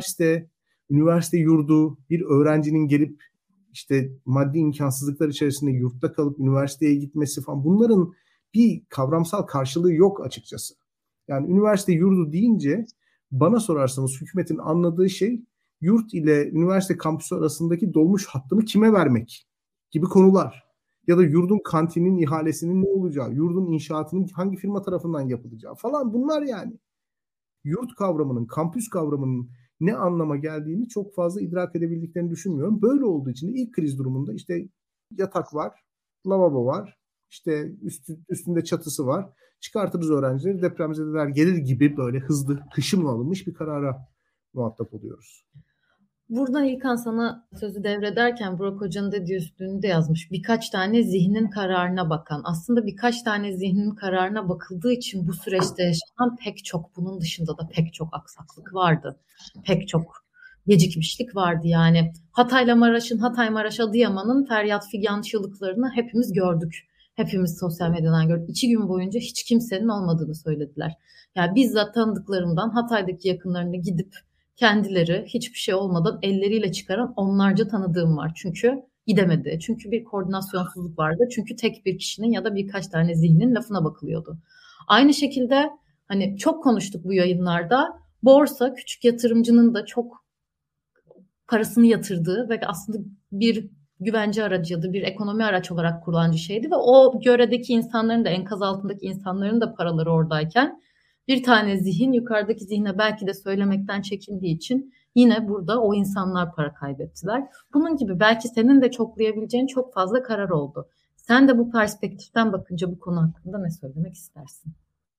üniversite yurdu, bir öğrencinin gelip işte maddi imkansızlıklar içerisinde yurtta kalıp üniversiteye gitmesi falan bunların bir kavramsal karşılığı yok açıkçası. Yani üniversite yurdu deyince bana sorarsanız hükümetin anladığı şey yurt ile üniversite kampüsü arasındaki dolmuş hattını kime vermek gibi konular. Ya da yurdun kantinin ihalesinin ne olacağı, yurdun inşaatının hangi firma tarafından yapılacağı falan bunlar yani. Yurt kavramının, kampüs kavramının ne anlama geldiğini çok fazla idrak edebildiklerini düşünmüyorum. Böyle olduğu için de ilk kriz durumunda işte yatak var, lavabo var, işte üstünde çatısı var. Çıkartırız öğrencileri, depremzedeler gelir gibi böyle hızlı, hışımla alınmış bir karara muhatap oluyoruz. Buradan İlkan sana sözü devrederken Burak Hoca'nın dediği üstünde yazmış. Birkaç tane zihnin kararına bakan. Aslında birkaç tane zihnin kararına bakıldığı için bu süreçte yaşanan pek çok, bunun dışında da pek çok aksaklık vardı. Pek çok gecikmişlik vardı yani. Hatay Maraş Adıyaman'ın feryat figan çığlıklarını hepimiz gördük. Hepimiz sosyal medyadan gördük. 2 gün boyunca hiç kimsenin olmadığını söylediler. Yani bizzat tanıdıklarımdan Hatay'daki yakınlarına gidip kendileri hiçbir şey olmadan elleriyle çıkaran onlarca tanıdığım var. Çünkü gidemedi. Çünkü bir koordinasyonsuzluk vardı. Çünkü tek bir kişinin ya da birkaç tane zihnin lafına bakılıyordu. Aynı şekilde hani çok konuştuk bu yayınlarda. Borsa küçük yatırımcının da çok parasını yatırdığı ve aslında bir güvence aracı ya da bir ekonomi araç olarak kullanıcı şeydi ve o yöredeki insanların da enkaz altındaki insanların da paraları oradayken bir tane zihin yukarıdaki zihne belki de söylemekten çekindiği için yine burada o insanlar para kaybettiler. Bunun gibi belki senin de çoklayabileceğin çok fazla karar oldu. Sen de bu perspektiften bakınca bu konu hakkında ne söylemek istersin?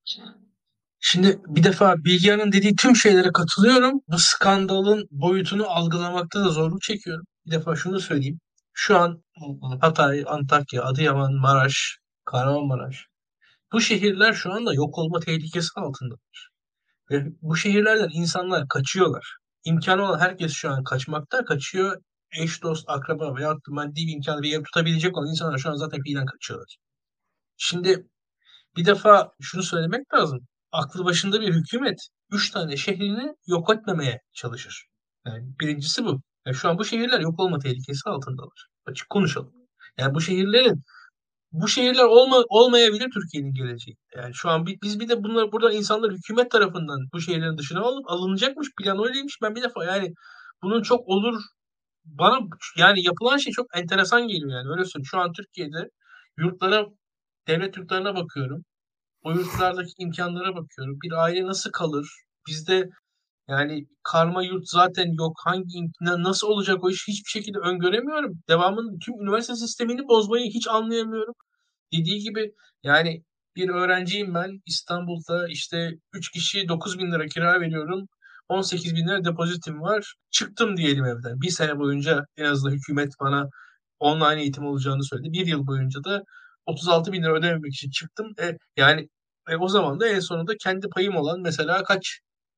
Şimdi bir defa Bilgehan'ın dediği tüm şeylere katılıyorum. Bu skandalın boyutunu algılamakta da zorluk çekiyorum. Bir defa şunu da söyleyeyim. Şu an Hatay, Antakya, Adıyaman, Maraş, Kahramanmaraş. Bu şehirler şu anda yok olma tehlikesi altındadır. Ve bu şehirlerden insanlar kaçıyorlar. İmkanı olan herkes şu an kaçmakta, kaçıyor. Eş, dost, akraba veya maddi bir imkanı bir ev tutabilecek olan insanlar şu an zaten fiilen kaçıyorlar. Şimdi bir defa şunu söylemek lazım. Aklı başında bir hükümet 3 tane şehrini yok etmemeye çalışır. Yani birincisi bu. Yani şu an bu şehirler yok olma tehlikesi altındalar. Açık konuşalım. Yani bu şehirler olmayabilir Türkiye'nin geleceği. Yani şu an biz bir de bunlar burada insanlar hükümet tarafından bu şehirlerin dışına alınacakmış. Plan öyleymiş. Ben bir defa yani bunun çok olur bana yani yapılan şey çok enteresan geliyor yani. Öyle söyleyeyim. Şu an Türkiye'de yurtlara, devlet yurtlarına bakıyorum. O yurtlardaki imkanlara bakıyorum. Bir aile nasıl kalır? Bizde yani karma yurt zaten yok. Nasıl olacak o iş hiçbir şekilde öngöremiyorum. Devamında tüm üniversite sistemini bozmayı hiç anlayamıyorum. Dediği gibi yani bir öğrenciyim ben. İstanbul'da işte 3 kişi 9 bin lira kira veriyorum. 18 bin lira depozitim var. Çıktım diyelim evden. Bir sene boyunca en azından hükümet bana online eğitim olacağını söyledi. Bir yıl boyunca da 36 bin lira ödememek için çıktım. Yani o zaman da en sonunda kendi payım olan mesela kaç?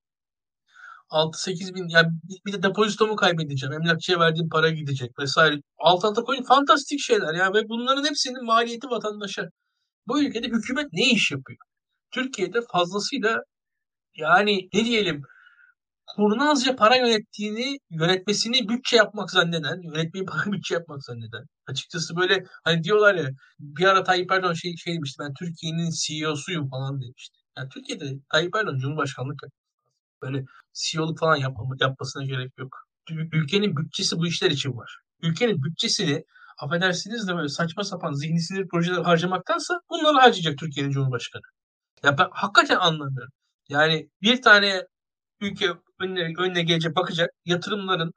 6-8 bin yani bir de depozitomu kaybedeceğim. Emlakçıya verdiğim para gidecek vesaire. Alt alta koyun fantastik şeyler ya ve bunların hepsinin maliyeti vatandaşa. Bu ülkede hükümet ne iş yapıyor? Türkiye'de fazlasıyla yani ne diyelim kurnazca para yönetmesini bütçe yapmak zanneden, yönetmeyi para bütçe yapmak zanneden. Açıkçası böyle hani diyorlar ya bir ara Tayyip Erdoğan şey demişti ben Türkiye'nin CEO'suyum falan demişti. Yani Türkiye'de Tayyip Erdoğan Cumhurbaşkanlık böyle CEO'luk falan yapmasına gerek yok. Ülkenin bütçesi bu işler için var. Ülkenin bütçesini affedersiniz de böyle saçma sapan zihni sinir projeler harcamaktansa bunları harcayacak Türkiye'nin Cumhurbaşkanı. Ya ben hakikaten anlamıyorum. Yani bir tane ülke önüne gelecek bakacak yatırımların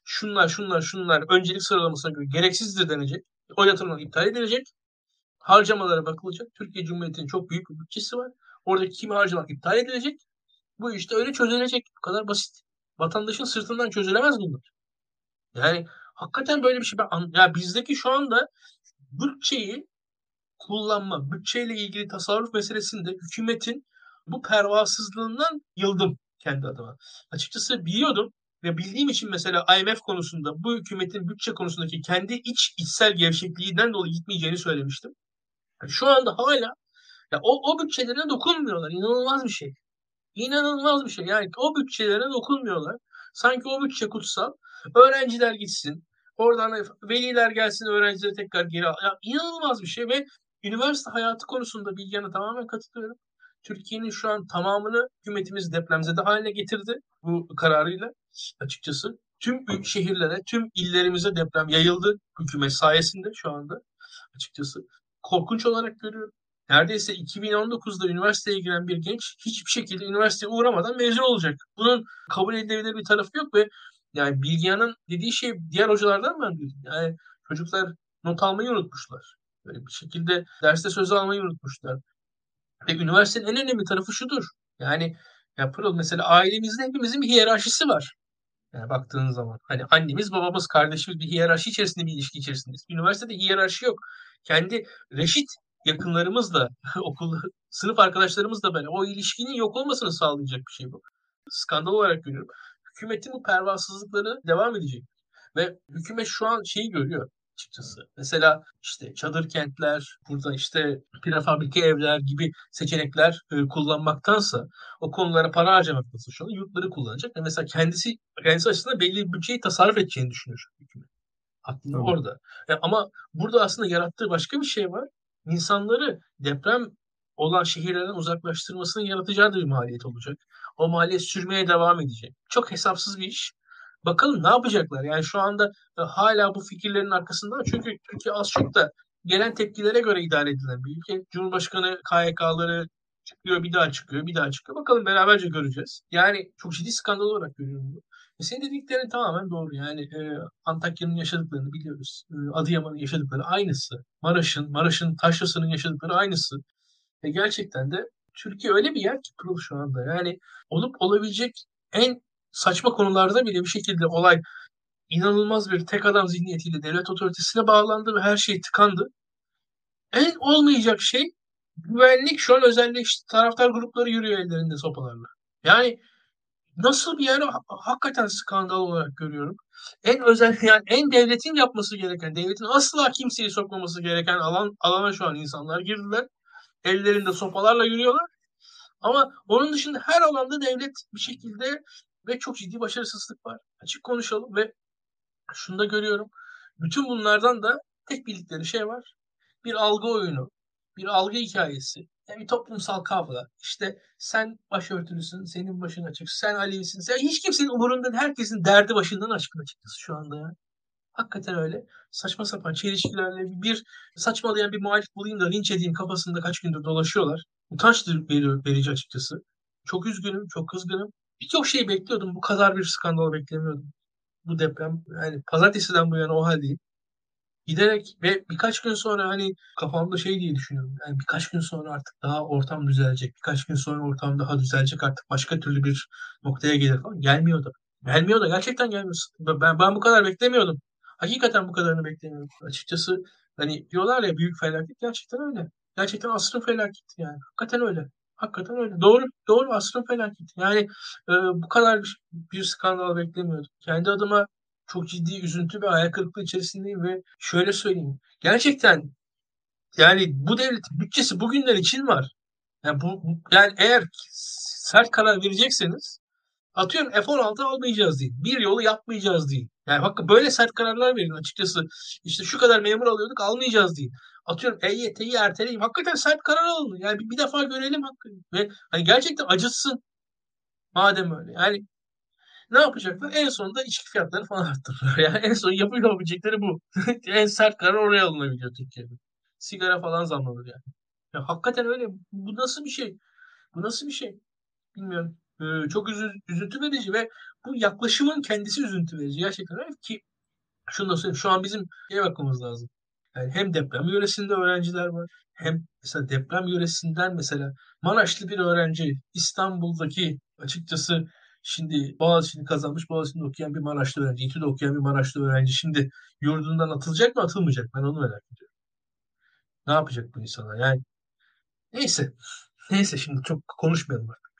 şunlar öncelik sıralamasına göre gereksizdir denecek. O yatırımlar iptal edilecek. Harcamalara bakılacak. Türkiye Cumhuriyeti'nin çok büyük bir bütçesi var. Oradaki kimi harcamak iptal edilecek. Bu işte öyle çözülecek. Bu kadar basit. Vatandaşın sırtından çözülemez bunlar. Yani hakikaten böyle bir şey. Ya bizdeki şu anda bütçeyi bütçeyle ilgili tasarruf meselesinde hükümetin bu pervasızlığından yıldım kendi adıma. Açıkçası biliyordum ve bildiğim için mesela IMF konusunda bu hükümetin bütçe konusundaki kendi içsel gevşekliğinden dolayı gitmeyeceğini söylemiştim. Yani şu anda hala ya o bütçelerine dokunmuyorlar. İnanılmaz bir şey. İnanılmaz bir şey. Yani o bütçelere dokunmuyorlar. Sanki o bütçe kutsal. Öğrenciler gitsin. Oradan veliler gelsin öğrencileri tekrar geri al. Ya, inanılmaz bir şey ve üniversite hayatı konusunda Bilgehan'a tamamen katılıyorum. Türkiye'nin şu an tamamını hükümetimiz depremzede haline getirdi bu kararıyla açıkçası. Tüm şehirlere, tüm illerimize deprem yayıldı hükümet sayesinde şu anda açıkçası. Korkunç olarak görüyorum. Neredeyse 2019'da üniversiteye giren bir genç hiçbir şekilde üniversiteye uğramadan mezun olacak. Bunun kabul edilebilir bir tarafı yok ve yani Bilgehan'ın dediği şey diğer hocalardan ben duydum. Yani çocuklar not almayı unutmuşlar. Böyle bir şekilde derste söz almayı unutmuşlar. Ve üniversitenin en önemli tarafı şudur. Yani ya Pırıl mesela ailemizde hepimizin bir hiyerarşisi var. Yani baktığın zaman hani annemiz, babamız, kardeşimiz bir hiyerarşi içerisinde bir ilişki içerisindeyiz. Üniversitede hiyerarşi yok. Kendi reşit yakınlarımızla, okul, sınıf arkadaşlarımızla böyle o ilişkinin yok olmasını sağlayacak bir şey bu. Skandal olarak görüyorum. Hükümetin bu pervasızlıkları devam edecek. Ve hükümet şu an şeyi görüyor açıkçası. Mesela işte çadır kentler, burada işte prefabrik evler gibi seçenekler kullanmaktansa o konulara para harcamaktansa şu an yurtları kullanacak. Ve mesela kendisi açısından belli bir bütçeyi tasarruf edeceğini düşünüyor hükümet. Aklında Tabii. orada. Ama burada aslında yarattığı başka bir şey var. İnsanları deprem olan şehirlerden uzaklaştırmasının yaratacağı da bir maliyet olacak. O maliyet sürmeye devam edecek. Çok hesapsız bir iş. Bakalım ne yapacaklar? Yani şu anda hala bu fikirlerin arkasında. Çünkü Türkiye az çok da gelen tepkilere göre idare edilen bir ülke. Cumhurbaşkanı KYK'ları çıkıyor, bir daha çıkıyor, bir daha çıkıyor. Bakalım beraberce göreceğiz. Yani çok ciddi skandal olarak görüyorum bu. Senin dediklerin tamamen doğru. Yani Antakya'nın yaşadıklarını biliyoruz. Adıyaman'ın yaşadıkları aynısı. Maraş'ın Taşrası'nın yaşadıkları aynısı. Ve gerçekten de Türkiye öyle bir yer ki Pırıl şu anda. Yani olup olabilecek en saçma konularda bile bir şekilde olay inanılmaz bir tek adam zihniyetiyle devlet otoritesine bağlandı ve her şey tıkandı. En olmayacak şey güvenlik şu an özelleşti. Taraftar grupları yürüyor ellerinde sopalarla. Yani nasıl bir yer hakikaten skandal olarak görüyorum. En özel yani en devletin yapması gereken, devletin asla kimseyi sokmaması gereken alana şu an insanlar girdiler. Ellerinde sopalarla yürüyorlar. Ama onun dışında her alanda devlet bir şekilde ve çok ciddi başarısızlık var. Açık konuşalım ve şunu da görüyorum. Bütün bunlardan da tek bildikleri şey var. Bir algı oyunu, bir algı hikayesi, yani bir toplumsal kavga. İşte sen başörtülüsün, senin başın açık, sen Alevisin. Sen hiç kimsenin umurunda değil. Herkesin derdi başından aşkın açıkçası şu anda ya. Hakikaten öyle. Saçma sapan çelişkilerle bir saçmalayan bir muhalif bulayım da linç edeyim kafasında kaç gündür dolaşıyorlar. Utanç verici açıkçası. Çok üzgünüm, çok kızgınım. Birçok şey bekliyordum. Bu kadar bir skandal beklemiyordum. Bu deprem, yani pazartesiden bu yana o haldeyim. Giderek ve birkaç gün sonra hani kafamda şey diye düşünüyorum. Yani birkaç gün sonra artık daha ortam düzelecek. Birkaç gün sonra ortam daha düzelecek, artık başka türlü bir noktaya gelir falan. Gelmiyor da. Gelmiyor da, gerçekten gelmiyor. Ben bu kadar beklemiyordum. Hakikaten bu kadarını beklemiyordum. Açıkçası hani diyorlar ya büyük felaket, gerçekten öyle. Gerçekten asrın felaketi yani. Hakikaten öyle. Hakikaten öyle. Doğru, doğru, asrın felaketi. Yani bu kadar bir skandal beklemiyordum. Kendi adıma çok ciddi üzüntü ve hayal kırıklığı içerisindeyim ve şöyle söyleyeyim. Gerçekten yani bu devletin bütçesi bugünler için var. Yani yani eğer sert karar verecekseniz, atıyorum F-16 almayacağız değil. Bir yolu yapmayacağız değil. Yani hakkı böyle sert kararlar verin açıkçası. İşte şu kadar memur alıyorduk, almayacağız değil. Atıyorum EYT'yi erteleyin. Hakikaten sert karar alın. Yani bir defa görelim hakkı. Ve hani gerçekten acıtsın madem öyle. Yani ne yapacaklar? En sonunda içki fiyatları falan arttırırlar. Yani en son yapabilecekleri bu. En sert karar oraya alınabiliyor Türkiye'de. Sigara falan zamlanır yani. Ya hakikaten öyle. Bu nasıl bir şey? Bu nasıl bir şey? Bilmiyorum. Çok üzüntü verici ve bu yaklaşımın kendisi üzüntü verici. Gerçekten öyle ki şunu da söyleyeyim. Şu an bizim şeye bakmamız lazım. Yani hem deprem yöresinde öğrenciler var. Hem mesela deprem yöresinden mesela Maraşlı bir öğrenci İstanbul'daki, açıkçası şimdi Boğaziçi'ni kazanmış, Boğaziçi'nde okuyan bir Maraşlı öğrenci, İTÜ'de okuyan bir Maraşlı öğrenci şimdi yurdundan atılacak mı, atılmayacak mı? Ben onu merak ediyorum. Ne yapacak bu insanlar? Yani neyse. Neyse, şimdi çok konuşmayalım artık.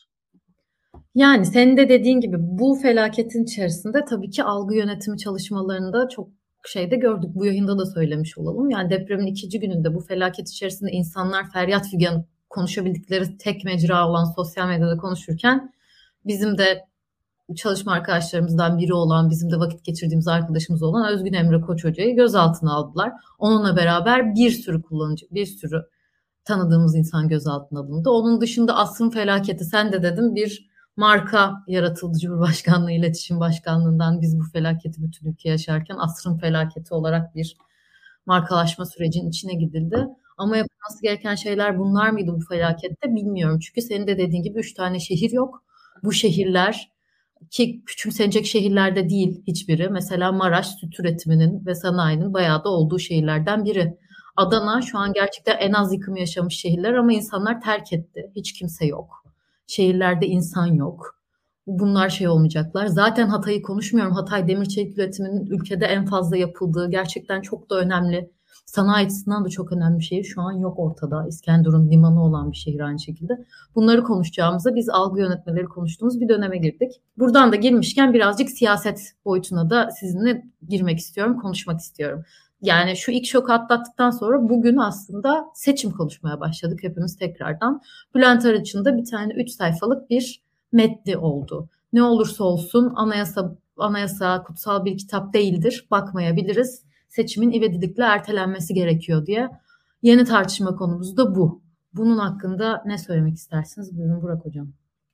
Yani senin de dediğin gibi bu felaketin içerisinde tabii ki algı yönetimi çalışmalarında çok şeyde gördük. Bu yayında da söylemiş olalım. Yani depremin 2. gününde bu felaket içerisinde insanlar feryat figan konuşabildikleri tek mecra olan sosyal medyada konuşurken bizim de çalışma arkadaşlarımızdan biri olan, bizim de vakit geçirdiğimiz arkadaşımız olan Özgün Emre Koç Hoca'yı gözaltına aldılar. Onunla beraber bir sürü kullanıcı, bir sürü tanıdığımız insan gözaltına alındı. Onun dışında asrın felaketi, sen de dedin, bir marka yaratıldı Cumhurbaşkanlığı İletişim Başkanlığı'ndan. Biz bu felaketi bütün ülke yaşarken asrın felaketi olarak bir markalaşma sürecinin içine gidildi. Ama yapılması gereken şeyler bunlar mıydı bu felakette bilmiyorum. Çünkü senin de dediğin gibi 3 tane şehir yok. Bu şehirler ki küçümsenecek şehirlerde değil hiçbiri. Mesela Maraş süt üretiminin ve sanayinin bayağı da olduğu şehirlerden biri. Adana şu an gerçekten en az yıkım yaşamış şehirler ama insanlar terk etti. Hiç kimse yok. Şehirlerde insan yok. Bunlar şey olmayacaklar. Zaten Hatay'ı konuşmuyorum. Hatay demir çelik üretiminin ülkede en fazla yapıldığı, gerçekten çok da önemli. Sanayi açısından da çok önemli bir şehir. Şu an yok ortada. İskenderun limanı olan bir şehir aynı şekilde. Bunları konuşacağımızda biz algı yönetmeleri konuştuğumuz bir döneme girdik. Buradan da girmişken birazcık siyaset boyutuna da sizinle girmek istiyorum, konuşmak istiyorum. Yani şu ilk şoku atlattıktan sonra bugün aslında seçim konuşmaya başladık hepimiz tekrardan. Bülent Arınç'ın da bir tane 3 sayfalık bir metni oldu. Ne olursa olsun anayasa kutsal bir kitap değildir, bakmayabiliriz. Seçimin ivedilikle ertelenmesi gerekiyor diye. Yeni tartışma konumuz da bu. Bunun hakkında ne söylemek istersiniz? Buyurun Burak Hocam.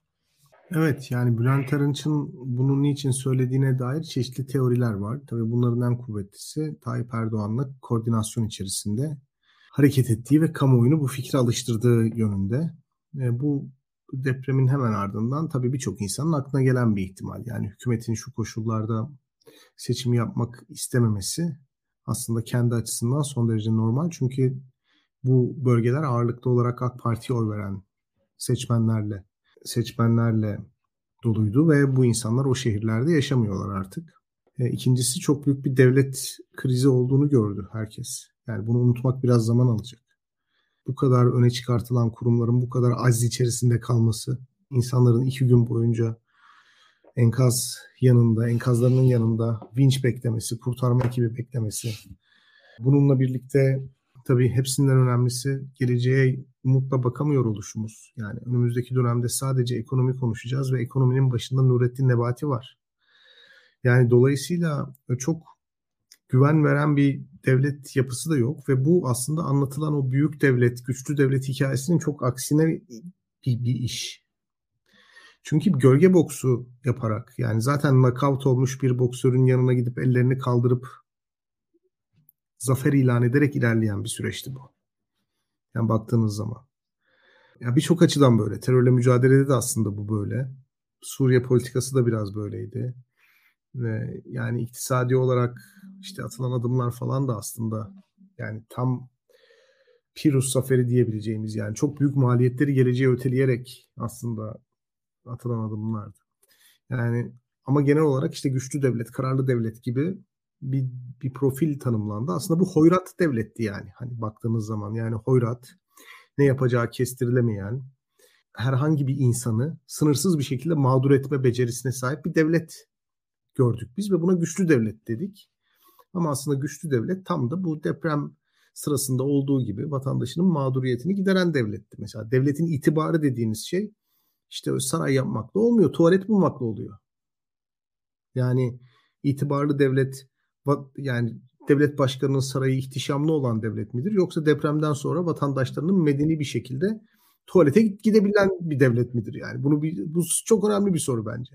Evet, yani Bülent Arınç'ın bunu niçin söylediğine dair çeşitli teoriler var. Tabii bunların en kuvvetlisi Tayyip Erdoğan'la koordinasyon içerisinde hareket ettiği ve kamuoyunu bu fikre alıştırdığı yönünde. Bu depremin hemen ardından tabii birçok insanın aklına gelen bir ihtimal. Yani hükümetin şu koşullarda seçim yapmak istememesi aslında kendi açısından son derece normal. Çünkü bu bölgeler ağırlıklı olarak AK Parti'ye oy veren seçmenlerle doluydu ve bu insanlar o şehirlerde yaşamıyorlar artık. İkincisi, çok büyük bir devlet krizi olduğunu gördü herkes. Yani bunu unutmak biraz zaman alacak. Bu kadar öne çıkartılan kurumların bu kadar aciz içerisinde kalması, insanların 2 gün boyunca enkazlarının yanında vinç beklemesi, kurtarma ekibi beklemesi. Bununla birlikte tabii hepsinden önemlisi geleceğe umutla bakamıyor oluşumuz. Yani önümüzdeki dönemde sadece ekonomi konuşacağız ve ekonominin başında Nurettin Nebati var. Yani dolayısıyla çok güven veren bir devlet yapısı da yok ve bu aslında anlatılan o büyük devlet, güçlü devlet hikayesinin çok aksine bir iş. Çünkü gölge boksu yaparak, yani zaten knockout olmuş bir boksörün yanına gidip ellerini kaldırıp zafer ilan ederek ilerleyen bir süreçti bu. Yani baktığınız zaman. Ya birçok açıdan böyle. Terörle mücadelede de aslında bu böyle. Suriye politikası da biraz böyleydi. Ve yani iktisadi olarak işte atılan adımlar falan da aslında yani tam Pirus zaferi diyebileceğimiz, yani çok büyük maliyetleri geleceğe öteleyerek aslında atılan adımlardı. Yani ama genel olarak işte güçlü devlet, kararlı devlet gibi bir profil tanımlandı. Aslında bu hoyrat devletti yani. Hani baktığınız zaman yani hoyrat, ne yapacağı kestirilemeyen, herhangi bir insanı sınırsız bir şekilde mağdur etme becerisine sahip bir devlet gördük biz ve buna güçlü devlet dedik. Ama aslında güçlü devlet tam da bu deprem sırasında olduğu gibi vatandaşının mağduriyetini gideren devletti. Mesela devletin itibarı dediğiniz şey işte saray yapmakla olmuyor, tuvalet bulmakla oluyor. Yani itibarlı devlet, yani devlet başkanının sarayı ihtişamlı olan devlet midir? Yoksa depremden sonra vatandaşlarının medeni bir şekilde tuvalete gidebilen bir devlet midir? Yani bu çok önemli bir soru bence.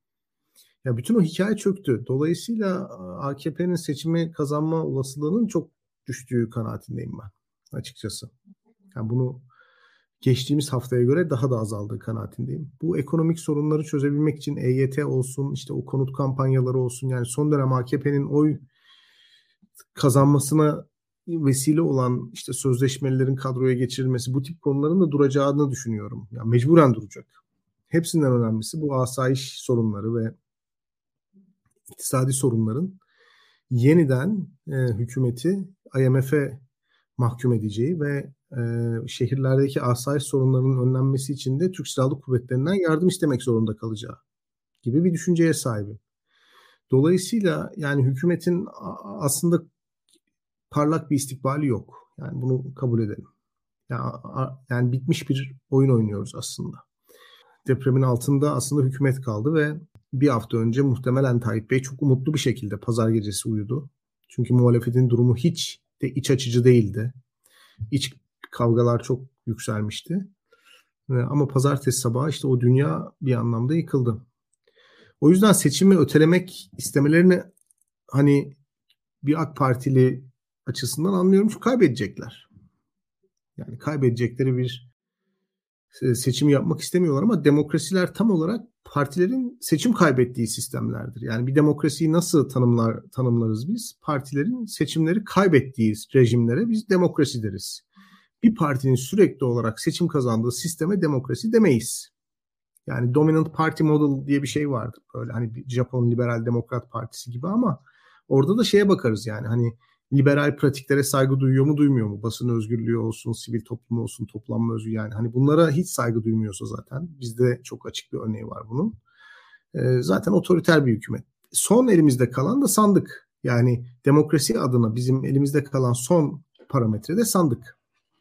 Ya bütün o hikaye çöktü. Dolayısıyla AKP'nin seçimi kazanma olasılığının çok düştüğü kanaatindeyim ben açıkçası. Yani bunu geçtiğimiz haftaya göre daha da azaldığı kanaatindeyim. Bu ekonomik sorunları çözebilmek için EYT olsun, işte o konut kampanyaları olsun, yani son dönem AKP'nin oy kazanmasına vesile olan işte sözleşmelerin kadroya geçirilmesi, bu tip konuların da duracağını düşünüyorum. Yani mecburen duracak. Hepsinden önemlisi bu asayiş sorunları ve iktisadi sorunların yeniden hükümeti IMF'e mahkum edeceği ve şehirlerdeki asayiş sorunlarının önlenmesi için de Türk Silahlı Kuvvetleri'nden yardım istemek zorunda kalacağı gibi bir düşünceye sahibim. Dolayısıyla yani hükümetin aslında parlak bir istikbali yok. Yani bunu kabul edelim. Yani bitmiş bir oyun oynuyoruz aslında. Depremin altında aslında hükümet kaldı ve bir hafta önce muhtemelen Tayyip Bey çok umutlu bir şekilde pazar gecesi uyudu. Çünkü muhalefetin durumu hiç de iç açıcı değildi. İç kavgalar çok yükselmişti. Ama pazartesi sabahı işte o dünya bir anlamda yıkıldı. O yüzden seçimi ötelemek istemelerini hani bir AK Partili açısından anlıyorum, çünkü kaybedecekler. Yani kaybedecekleri bir seçim yapmak istemiyorlar ama demokrasiler tam olarak partilerin seçim kaybettiği sistemlerdir. Yani bir demokrasiyi nasıl tanımlarız biz? Partilerin seçimleri kaybettiği rejimlere biz demokrasi deriz. Bir partinin sürekli olarak seçim kazandığı sisteme demokrasi demeyiz. Yani dominant party model diye bir şey vardır. Böyle hani bir Japon Liberal Demokrat Partisi gibi, ama orada da şeye bakarız, yani hani liberal pratiklere saygı duyuyor mu duymuyor mu? Basın özgürlüğü olsun, sivil toplum olsun, toplanma özgürlüğü, yani hani bunlara hiç saygı duymuyorsa zaten, bizde çok açık bir örneği var bunun. Zaten otoriter bir hükümet. Son elimizde kalan da sandık. Yani demokrasi adına bizim elimizde kalan son parametre de sandık.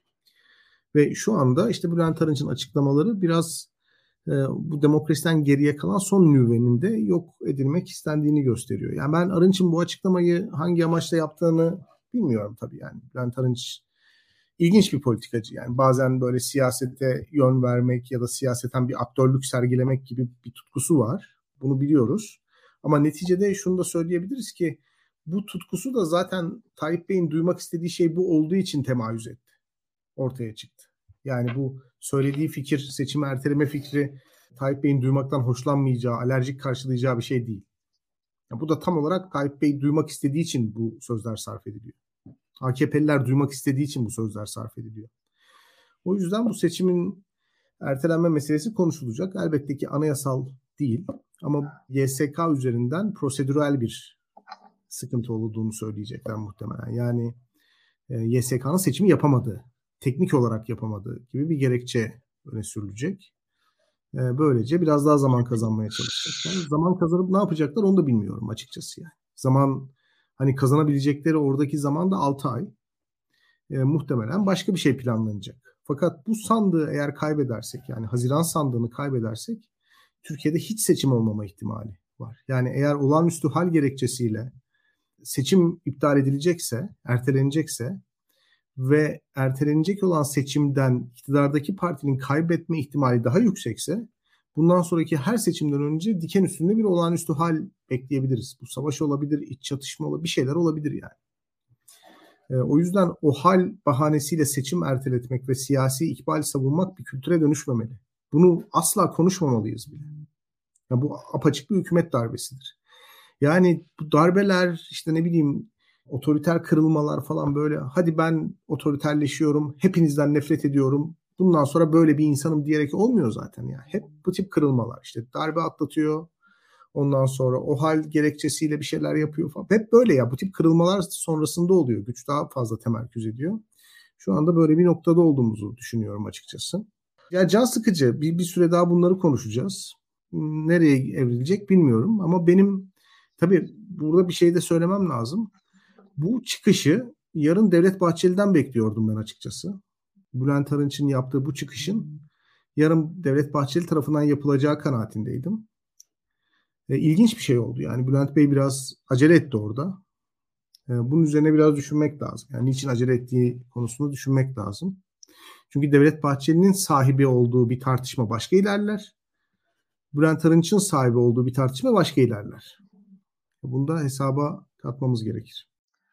Ve şu anda işte Bülent Arınç'ın açıklamaları biraz bu demokrasiden geriye kalan son nüvenin de yok edilmek istendiğini gösteriyor. Yani ben Arınç'ın bu açıklamayı hangi amaçla yaptığını bilmiyorum tabii yani. Bülent Arınç ilginç bir politikacı. Yani bazen böyle siyasete yön vermek ya da siyaseten bir aktörlük sergilemek gibi bir tutkusu var. Bunu biliyoruz. Ama neticede şunu da söyleyebiliriz ki bu tutkusu da zaten Tayyip Bey'in duymak istediği şey bu olduğu için temayüz etti. Ortaya çıktı. Yani bu söylediği fikir, seçimi erteleme fikri Tayyip Bey'in duymaktan hoşlanmayacağı, alerjik karşılayacağı bir şey değil. Ya bu da tam olarak Tayyip Bey duymak istediği için bu sözler sarf ediliyor. AKP'liler duymak istediği için bu sözler sarf ediliyor. O yüzden bu seçimin ertelenme meselesi konuşulacak. Elbette ki anayasal değil ama YSK üzerinden prosedürel bir sıkıntı olduğunu söyleyecekler muhtemelen. Yani YSK'nın seçimi yapamadığı, teknik olarak yapamadığı gibi bir gerekçe öne sürülecek. Böylece biraz daha zaman kazanmaya çalışacaklar. Zaman kazanıp ne yapacaklar onu da bilmiyorum açıkçası yani. Zaman, hani kazanabilecekleri oradaki zaman da 6 ay. Muhtemelen başka bir şey planlanacak. Fakat bu sandığı eğer kaybedersek, yani Haziran sandığını kaybedersek, Türkiye'de hiç seçim olmama ihtimali var. Yani eğer olağanüstü hal gerekçesiyle seçim iptal edilecekse, ertelenecekse ve ertelenecek olan seçimden iktidardaki partinin kaybetme ihtimali daha yüksekse, bundan sonraki her seçimden önce diken üstünde bir olağanüstü hal bekleyebiliriz. Bu savaş olabilir, iç çatışma olabilir, bir şeyler olabilir yani. O yüzden o hal bahanesiyle seçim erteletmek ve siyasi ikbal savunmak bir kültüre dönüşmemeli. Bunu asla konuşmamalıyız bile. Yani bu apaçık bir hükümet darbesidir. Yani bu darbeler, işte ne bileyim, otoriter kırılmalar falan böyle, hadi ben otoriterleşiyorum, hepinizden nefret ediyorum, bundan sonra böyle bir insanım diyerek olmuyor zaten ya. Hep bu tip kırılmalar, işte darbe atlatıyor, ondan sonra o hal gerekçesiyle bir şeyler yapıyor falan. Hep böyle ya, bu tip kırılmalar sonrasında oluyor. Güç daha fazla temerküz ediyor. Şu anda böyle bir noktada olduğumuzu düşünüyorum açıkçası. Ya can sıkıcı, bir süre daha bunları konuşacağız. Nereye evrilecek bilmiyorum ama benim tabii burada bir şey de söylemem lazım. Bu çıkışı yarın Devlet Bahçeli'den bekliyordum ben açıkçası. Bülent Arınç'ın yaptığı bu çıkışın yarın Devlet Bahçeli tarafından yapılacağı kanaatindeydim. İlginç bir şey oldu. Yani Bülent Bey biraz acele etti orada. Bunun üzerine biraz düşünmek lazım. Yani niçin acele ettiği konusunu düşünmek lazım. Çünkü Devlet Bahçeli'nin sahibi olduğu bir tartışma başka ilerler. Bülent Arınç'ın sahibi olduğu bir tartışma başka ilerler. Bunu da hesaba katmamız gerekir.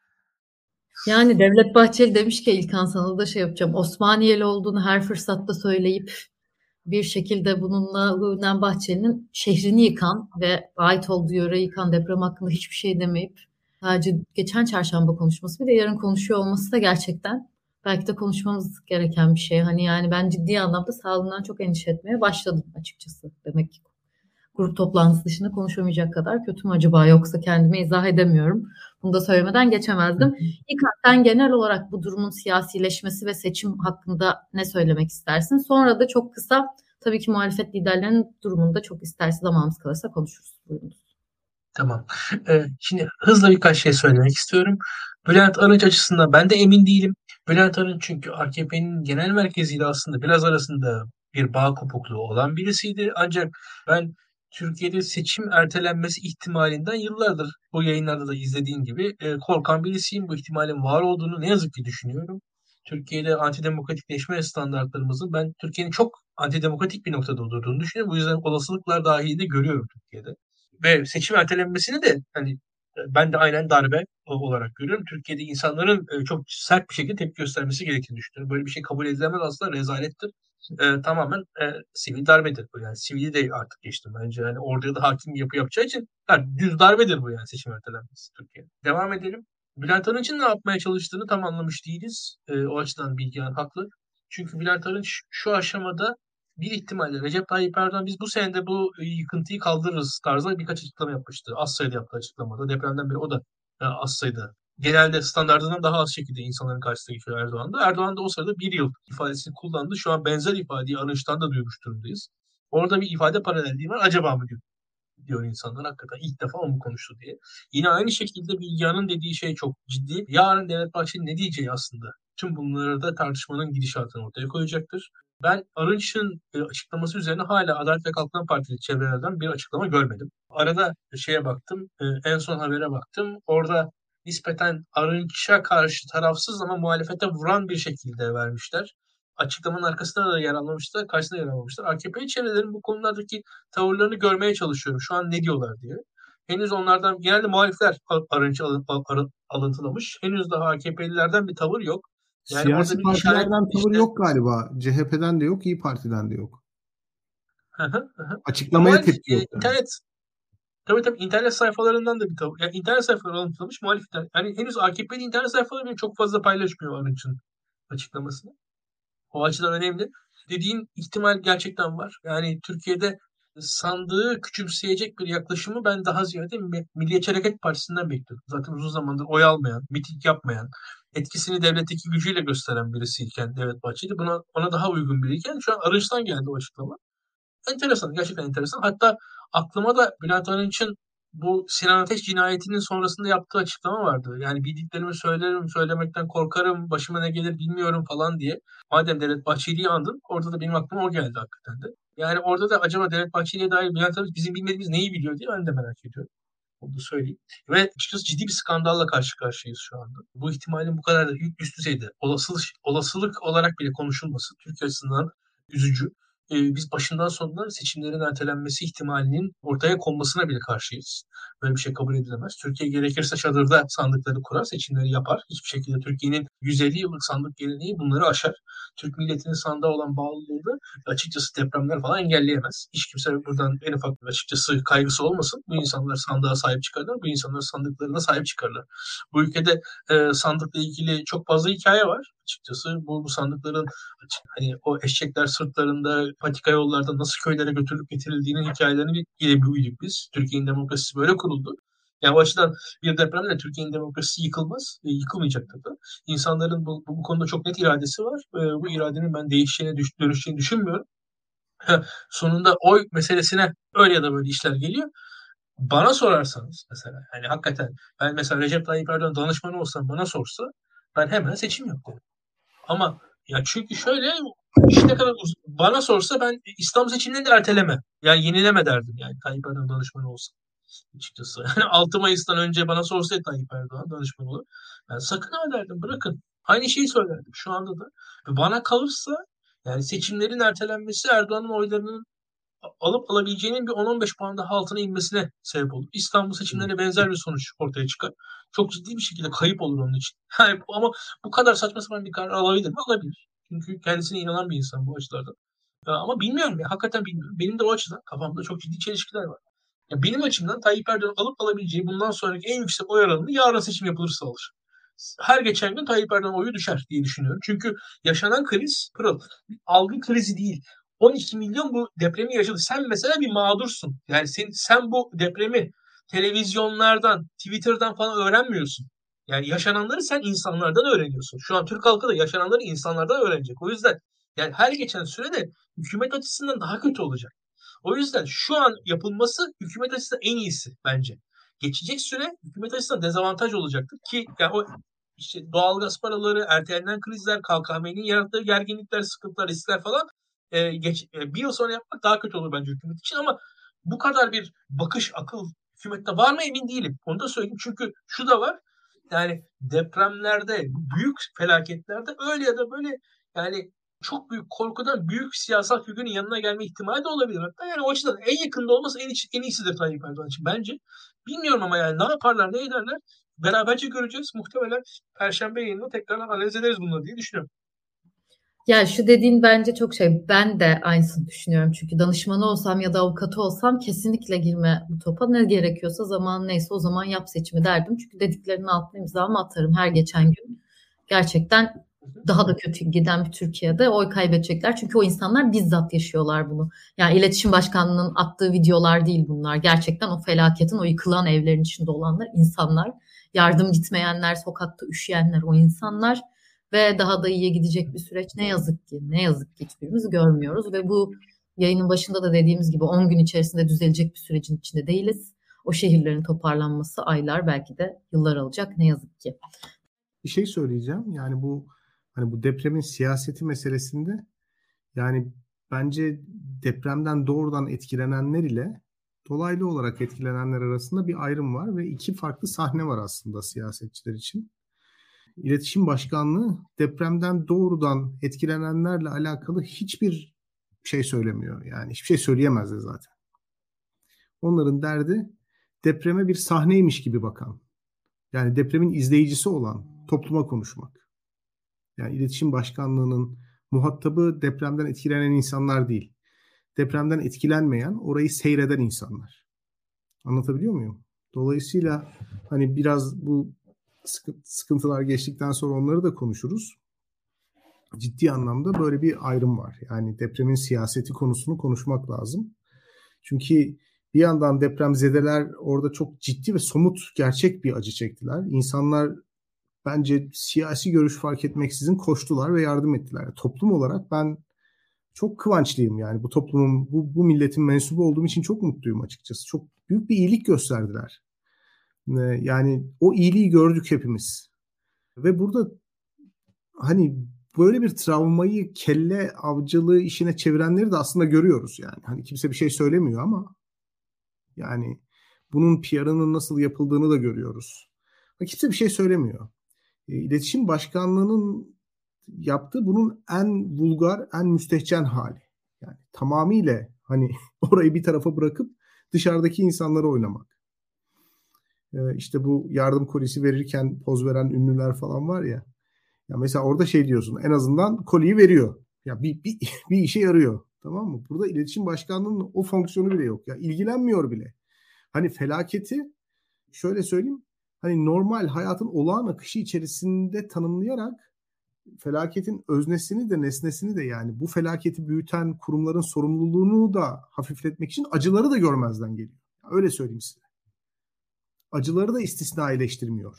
Yani Devlet Bahçeli demiş ki İlkan, sana da şey yapacağım. Osmaniyeli olduğunu her fırsatta söyleyip bir şekilde bununla Bülent Bahçeli'nin şehrini yıkan ve ait olduğu yöreyi yıkan deprem hakkında hiçbir şey demeyip sadece geçen çarşamba konuşması, bir de yarın konuşuyor olması da gerçekten belki de konuşmamız gereken bir şey. Hani yani ben ciddi anlamda sağlığından çok endişe etmeye başladım açıkçası. Demek ki grup toplantısı dışında konuşamayacak kadar kötü mü acaba, yoksa kendime izah edemiyorum. Bunu da söylemeden geçemezdim. İlk sen genel olarak bu durumun siyasileşmesi ve seçim hakkında ne söylemek istersin? Sonra da çok kısa tabii ki muhalefet liderlerinin durumunda çok isterse zamanımız kalırsa konuşuruz. Buyurunuz. Tamam. Şimdi hızla birkaç şey söylemek istiyorum. Bülent Arınç açısından ben de emin değilim. Bülent Arınç çünkü AKP'nin genel merkeziyle aslında biraz arasında bir bağ kopukluğu olan birisiydi. Ancak ben Türkiye'de seçim ertelenmesi ihtimalinden yıllardır bu yayınlarda da izlediğin gibi korkan birisiyim. Bu ihtimalin var olduğunu ne yazık ki düşünüyorum. Türkiye'de antidemokratikleşme standartlarımızın ben Türkiye'nin çok antidemokratik bir noktada durduğunu düşünüyorum. Bu yüzden olasılıklar dahilinde görüyorum Türkiye'de. Ve seçim ertelenmesini de hani ben de aynen darbe olarak görüyorum. Türkiye'de insanların çok sert bir şekilde tepki göstermesi gerektiğini düşünüyorum. Böyle bir şey kabul edilemez, aslında rezalettir. Tamamen sivil darbedir bu, yani sivili de artık geçtim bence. Yani orada da hakim yapı yapacağı için düz darbedir bu, yani seçim ertelenmesi Türkiye'de. Devam edelim. Bülent Arınç'ın ne yapmaya çalıştığını tam anlamış değiliz. O açıdan Bilgehan haklı. Çünkü Bülent Arınç şu aşamada bir ihtimalle Recep Tayyip Erdoğan biz bu senede bu yıkıntıyı kaldırırız tarzında birkaç açıklama yapmıştı. Az sayıda yaptığı açıklamada. Depremden beri o da az sayıda. Genelde standartından daha az şekilde insanların karşısına geçiyor Erdoğan'da. Erdoğan da o sırada bir yıl ifadesini kullandı. Şu an benzer ifadeyi Arınç'tan da duymuş durumdayız. Orada bir ifade paralelliği var. Acaba mı diyor insanlar, hakikaten ilk defa o mu konuştu diye. Yine aynı şekilde Bilgehan'ın dediği şey çok ciddi. Yarın Devlet Bahçeli ne diyeceği aslında tüm bunları da tartışmanın gidişatını ortaya koyacaktır. Ben Arınç'ın açıklaması üzerine hala Adalet ve Kalkınma Partili çevrelerden bir açıklama görmedim. Arada şeye baktım, en son habere baktım. Orada nispeten Arınç'a karşı tarafsız ama muhalefete vuran bir şekilde vermişler. Açıklamanın arkasında da yer almamışlar, karşısında yer almamışlar. AKP çevrelerin bu konulardaki tavırlarını görmeye çalışıyorum. Şu an ne diyorlar diye. Henüz onlardan, genelde muhalifler Arınç'ı alıntılamış. Henüz daha AKP'lilerden bir tavır yok. Yani orada Siyasi bir işaret partilerden tavır işte. yok galiba. CHP'den de yok, İyi Parti'den de yok. Ya Açıklamaya muhalif tepki yok yani. tabii internet sayfalarından da bir tavır. Yani internet sayfaları alıntılamış muhalifler. Yani henüz AKP'li internet sayfaları bile çok fazla paylaşmıyor Arınç'ın açıklamasını. O açıdan önemli. Dediğin ihtimal gerçekten var. Yani Türkiye'de sandığı küçümseyecek bir yaklaşımı ben daha ziyade Milliyetçi Hareket Partisi'nden bekliyorum. Zaten uzun zamandır oy almayan, miting yapmayan, etkisini devletteki gücüyle gösteren birisiyken Devlet Bahçeli, ona daha uygun biriyken şu an Arınç'tan geldi o açıklama. Enteresan, gerçekten enteresan. Hatta aklıma da Bülent Arınç'ın bu Sinan Ateş cinayetinin sonrasında yaptığı açıklama vardı. Yani bildiklerimi söylerim, söylemekten korkarım, başıma ne gelir bilmiyorum falan diye. Madem Devlet Bahçeli'yi andın, orada da benim aklıma o geldi hakikaten de. Yani orada da acaba Devlet Bahçeli'ye dair Bülent Arınç bizim bilmediğimiz neyi biliyor diye ben de merak ediyorum. Onu da söyleyeyim. Ve açıkçası ciddi bir skandalla karşı karşıyayız şu anda. Bu ihtimalin bu kadar da üst düzeyde olasılık olarak bile konuşulması Türkiye açısından üzücü. biz başından sonuna seçimlerin ertelenmesi ihtimalinin ortaya konmasına bile karşıyız. Böyle bir şey kabul edilemez. Türkiye gerekirse çadırda sandıkları kurar, seçimleri yapar. Hiçbir şekilde Türkiye'nin 150 yıllık sandık geleneği bunları aşar. Türk milletinin sandığa olan bağlılığı da açıkçası depremler falan engelleyemez. Hiç kimse buradan en ufak bir açıkçası kaygısı olmasın. Bu insanlar sandığa sahip çıkarlar. Bu insanlar sandıklarına sahip çıkarlar. Bu ülkede sandıkla ilgili çok fazla hikaye var. Açıkçası bu sandıkların hani o eşekler sırtlarında, patika yollarda nasıl köylere götürülüp getirildiğinin hikayelerini bile büyüdük biz. Türkiye'nin demokrasisi böyle kuruldu. Yani o açıdan bir depremle Türkiye'nin demokrasisi yıkılmaz, yıkılmayacaktır da. İnsanların bu konuda çok net iradesi var. Bu iradenin ben değişeceğini, dönüşeceğini düşünmüyorum. Sonunda oy meselesine öyle ya da böyle işler geliyor. Bana sorarsanız mesela, yani hakikaten ben mesela Recep Tayyip Erdoğan danışmanı olsam bana sorsa ben hemen seçim yaparım. Ama ya çünkü şöyle işte kadar bana sorsa ben İstanbul seçimlerini de erteleme. Yani yenileme derdim yani Tayyip Erdoğan danışmanı olsa açıkçası. Yani 6 Mayıs'tan önce bana sorsaydı Tayyip Erdoğan danışman olur. Ben sakın ha derdim, bırakın. Aynı şeyi söylerdim şu anda da. Ve bana kalırsa yani seçimlerin ertelenmesi Erdoğan'ın oylarının alıp alabileceğinin bir 10-15 puan daha altına inmesine sebep olur. İstanbul seçimlerine benzer bir sonuç ortaya çıkar. Çok ciddi bir şekilde kayıp olur onun için. Yani ama bu kadar saçma sapan bir karar alabilir mi? Alabilir. Çünkü kendisine inanan bir insan bu açılardan. Ama bilmiyorum ya, hakikaten bilmiyorum. Benim de o açıdan kafamda çok ciddi çelişkiler var. Ya benim açımdan Tayyip Erdoğan alıp alabileceği bundan sonraki en yüksek oy oranını yarın seçim yapılırsa alır. Her geçen gün Tayyip Erdoğan oyu düşer diye düşünüyorum. Çünkü yaşanan kriz pırıl. Algı krizi değil. 12 milyon bu depremi yaşadı. Sen mesela bir mağdursun. Yani sen bu depremi televizyonlardan, Twitter'dan falan öğrenmiyorsun. Yani yaşananları sen insanlardan öğreniyorsun. Şu an Türk halkı da yaşananları insanlardan öğrenecek. O yüzden yani her geçen sürede hükümet açısından daha kötü olacak. O yüzden şu an yapılması hükümet açısından en iyisi bence. Geçecek süre hükümet açısından dezavantaj olacaktır ki yani o işte doğalgaz paraları, ertelenen krizler, KKM'nin yarattığı gerginlikler, sıkıntılar, riskler falan bir yıl sonra yapmak daha kötü olur bence hükümet için ama bu kadar bir bakış, akıl hükümette var mı emin değilim. Onu da söyleyeyim çünkü şu da var. Yani depremlerde, büyük felaketlerde öyle ya da böyle yani çok büyük korkudan büyük siyasal figürün yanına gelme ihtimali de olabilir. Hatta yani o açıdan en yakında olması en iyisidir Tayyip Erdoğan için bence. Bilmiyorum ama yani ne yaparlar, ne ederler beraberce göreceğiz. Muhtemelen Perşembe yayında tekrar analiz ederiz bunları diye düşünüyorum. Ya şu dediğin bence çok şey. Ben de aynısını düşünüyorum. Çünkü danışmanı olsam ya da avukatı olsam kesinlikle girme bu topa. Ne gerekiyorsa zaman neyse o zaman yap seçimi derdim. Çünkü dediklerinin altına imzamı atarım her geçen gün. Gerçekten daha da kötü giden bir Türkiye'de oy kaybedecekler. Çünkü o insanlar bizzat yaşıyorlar bunu. Yani İletişim Başkanlığı'nın attığı videolar değil bunlar. Gerçekten o felaketin, o yıkılan evlerin içinde olanlar insanlar. Yardım gitmeyenler, sokakta üşüyenler o insanlar. Ve daha da iyiye gidecek bir süreç ne yazık ki hiçbirimiz görmüyoruz ve bu yayının başında da dediğimiz gibi 10 gün içerisinde düzelecek bir sürecin içinde değiliz. O şehirlerin toparlanması aylar belki de yıllar alacak ne yazık ki. Bir şey söyleyeceğim. Yani bu depremin siyaseti meselesinde yani bence depremden doğrudan etkilenenler ile dolaylı olarak etkilenenler arasında bir ayrım var ve iki farklı sahne var aslında siyasetçiler için. İletişim Başkanlığı depremden doğrudan etkilenenlerle alakalı hiçbir şey söylemiyor. Yani hiçbir şey söyleyemezler zaten. Onların derdi depreme bir sahneymiş gibi bakan, yani depremin izleyicisi olan topluma konuşmak. Yani İletişim Başkanlığı'nın muhatabı depremden etkilenen insanlar değil. Depremden etkilenmeyen, orayı seyreden insanlar. Anlatabiliyor muyum? Dolayısıyla hani biraz bu sıkıntılar geçtikten sonra onları da konuşuruz. Ciddi anlamda böyle bir ayrım var. Yani depremin siyaseti konusunu konuşmak lazım. Çünkü bir yandan depremzedeler orada çok ciddi ve somut, gerçek bir acı çektiler. İnsanlar bence siyasi görüş fark etmeksizin koştular ve yardım ettiler. Toplum olarak ben çok kıvançlıyım yani bu toplumun, bu milletin mensubu olduğum için çok mutluyum açıkçası. Çok büyük bir iyilik gösterdiler. Yani o iyiliği gördük hepimiz. Ve burada hani böyle bir travmayı kelle avcılığı işine çevirenleri de aslında görüyoruz yani. Hani kimse bir şey söylemiyor ama yani bunun PR'ının nasıl yapıldığını da görüyoruz. Kimse bir şey söylemiyor. İletişim Başkanlığı'nın yaptığı bunun en vulgar, en müstehcen hali. Yani tamamıyla hani orayı bir tarafa bırakıp dışarıdaki insanlara oynamak. İşte bu yardım kolisi verirken poz veren ünlüler falan var ya. Ya mesela orada şey diyorsun, en azından koliyi veriyor. Ya bir işe yarıyor. Tamam mı? Burada iletişim başkanlığının o fonksiyonu bile yok. Ya ilgilenmiyor bile. Hani felaketi şöyle söyleyeyim. Hani normal hayatın olağan akışı içerisinde tanımlayarak felaketin öznesini de nesnesini de, yani bu felaketi büyüten kurumların sorumluluğunu da hafifletmek için acıları da görmezden geliyor. Öyle söyleyeyim size. Acıları da istisnaileştirmiyor.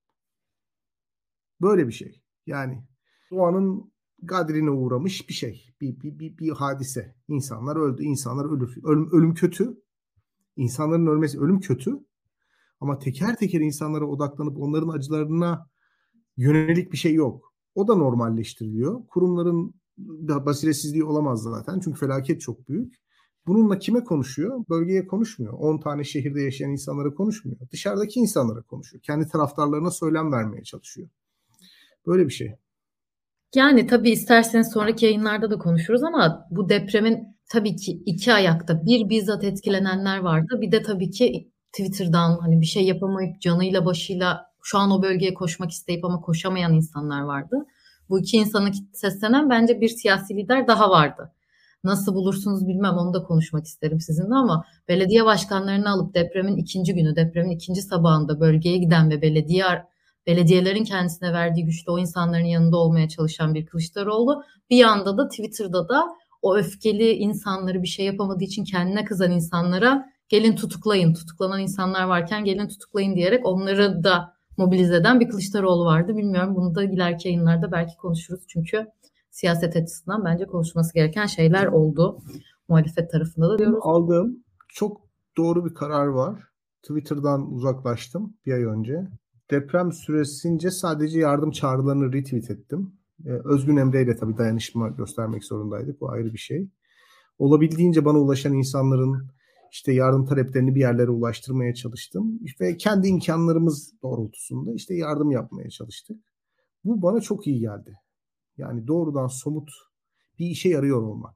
Böyle bir şey. Yani doğanın gadrine uğramış bir şey. Bir hadise. İnsanlar öldü. İnsanlar ölür. Ölüm kötü. İnsanların ölmesi, ölüm kötü. Ama teker teker insanlara odaklanıp onların acılarına yönelik bir şey yok. O da normalleştiriliyor. Kurumların basiretsizliği olamaz zaten. Çünkü felaket çok büyük. Bununla kime konuşuyor? Bölgeye konuşmuyor. 10 tane şehirde yaşayan insanlara konuşmuyor. Dışarıdaki insanlara konuşuyor. Kendi taraftarlarına söylem vermeye çalışıyor. Böyle bir şey. Yani tabii isterseniz sonraki yayınlarda da konuşuruz ama bu depremin tabii ki iki ayakta. Bir, bizzat etkilenenler vardı. Bir de tabii ki Twitter'dan hani bir şey yapamayıp canıyla başıyla şu an o bölgeye koşmak isteyip ama koşamayan insanlar vardı. Bu iki insana seslenen bence bir siyasi lider daha vardı. Nasıl bulursunuz bilmem, onu da konuşmak isterim sizinle ama belediye başkanlarını alıp depremin ikinci günü, depremin ikinci sabahında bölgeye giden ve belediyelerin kendisine verdiği güçle o insanların yanında olmaya çalışan bir Kılıçdaroğlu, bir yanda da Twitter'da da o öfkeli insanları, bir şey yapamadığı için kendine kızan insanlara gelin tutuklayın, tutuklanan insanlar varken gelin tutuklayın diyerek onları da mobilize eden bir Kılıçdaroğlu vardı. Bilmiyorum, bunu da ileriki yayınlarda belki konuşuruz çünkü siyaset açısından bence konuşulması gereken şeyler oldu. Muhalefet tarafında da diyoruz. Aldığım çok doğru bir karar var. Twitter'dan uzaklaştım bir ay önce. Deprem süresince sadece yardım çağrılarını retweet ettim. Özgün Emre ile tabii dayanışma göstermek zorundaydık. Bu ayrı bir şey. Olabildiğince bana ulaşan insanların işte yardım taleplerini bir yerlere ulaştırmaya çalıştım. Ve kendi imkanlarımız doğrultusunda işte yardım yapmaya çalıştık. Bu bana çok iyi geldi. Yani doğrudan somut bir işe yarıyor olmak.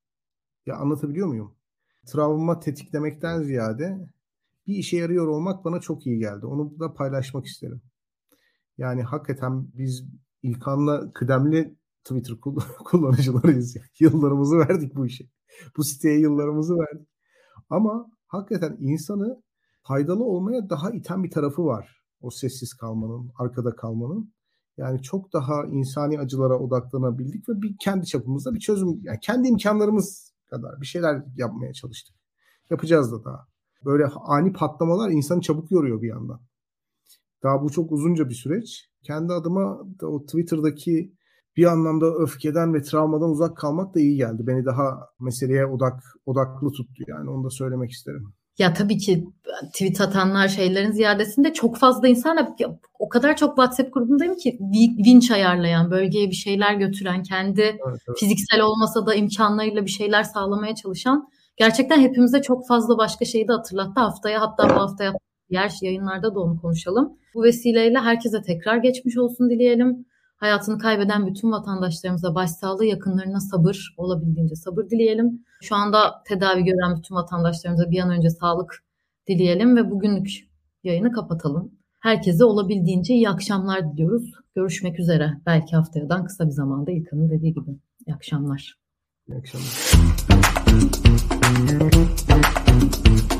Ya anlatabiliyor muyum? Travma tetiklemekten ziyade bir işe yarıyor olmak bana çok iyi geldi. Onu da paylaşmak isterim. Yani hakikaten biz İlkan'la kıdemli Twitter kullanıcılarıyız. Yıllarımızı verdik bu işe. Bu siteye yıllarımızı verdik. Ama hakikaten insanı faydalı olmaya daha iten bir tarafı var. O sessiz kalmanın, arkada kalmanın. Yani çok daha insani acılara odaklanabildik ve kendi çapımızda bir çözüm, yani kendi imkanlarımız kadar bir şeyler yapmaya çalıştık. Yapacağız da daha. Böyle ani patlamalar insanı çabuk yoruyor bir yandan. Daha bu çok uzunca bir süreç. Kendi adıma o Twitter'daki bir anlamda öfkeden ve travmadan uzak kalmak da iyi geldi. Beni daha meseleye odaklı tuttu, yani onu da söylemek isterim. Ya tabii ki tweet atanlar şeylerin ziyadesinde çok fazla insan, o kadar çok WhatsApp grubundayım ki vinç ayarlayan, bölgeye bir şeyler götüren, kendi evet. Fiziksel olmasa da imkanlarıyla bir şeyler sağlamaya çalışan, gerçekten hepimize çok fazla başka şeyi de hatırlattı. Hatta bu haftaya diğer yayınlarda da onu konuşalım. Bu vesileyle herkese tekrar geçmiş olsun dileyelim. Hayatını kaybeden bütün vatandaşlarımıza başsağlığı, yakınlarına sabır, olabildiğince sabır dileyelim. Şu anda tedavi gören bütün vatandaşlarımıza bir an önce sağlık dileyelim ve bugünlük yayını kapatalım. Herkese olabildiğince iyi akşamlar diliyoruz. Görüşmek üzere. Belki haftayadan kısa bir zamanda, İlkan'ın dediği gibi. İyi akşamlar. İyi akşamlar.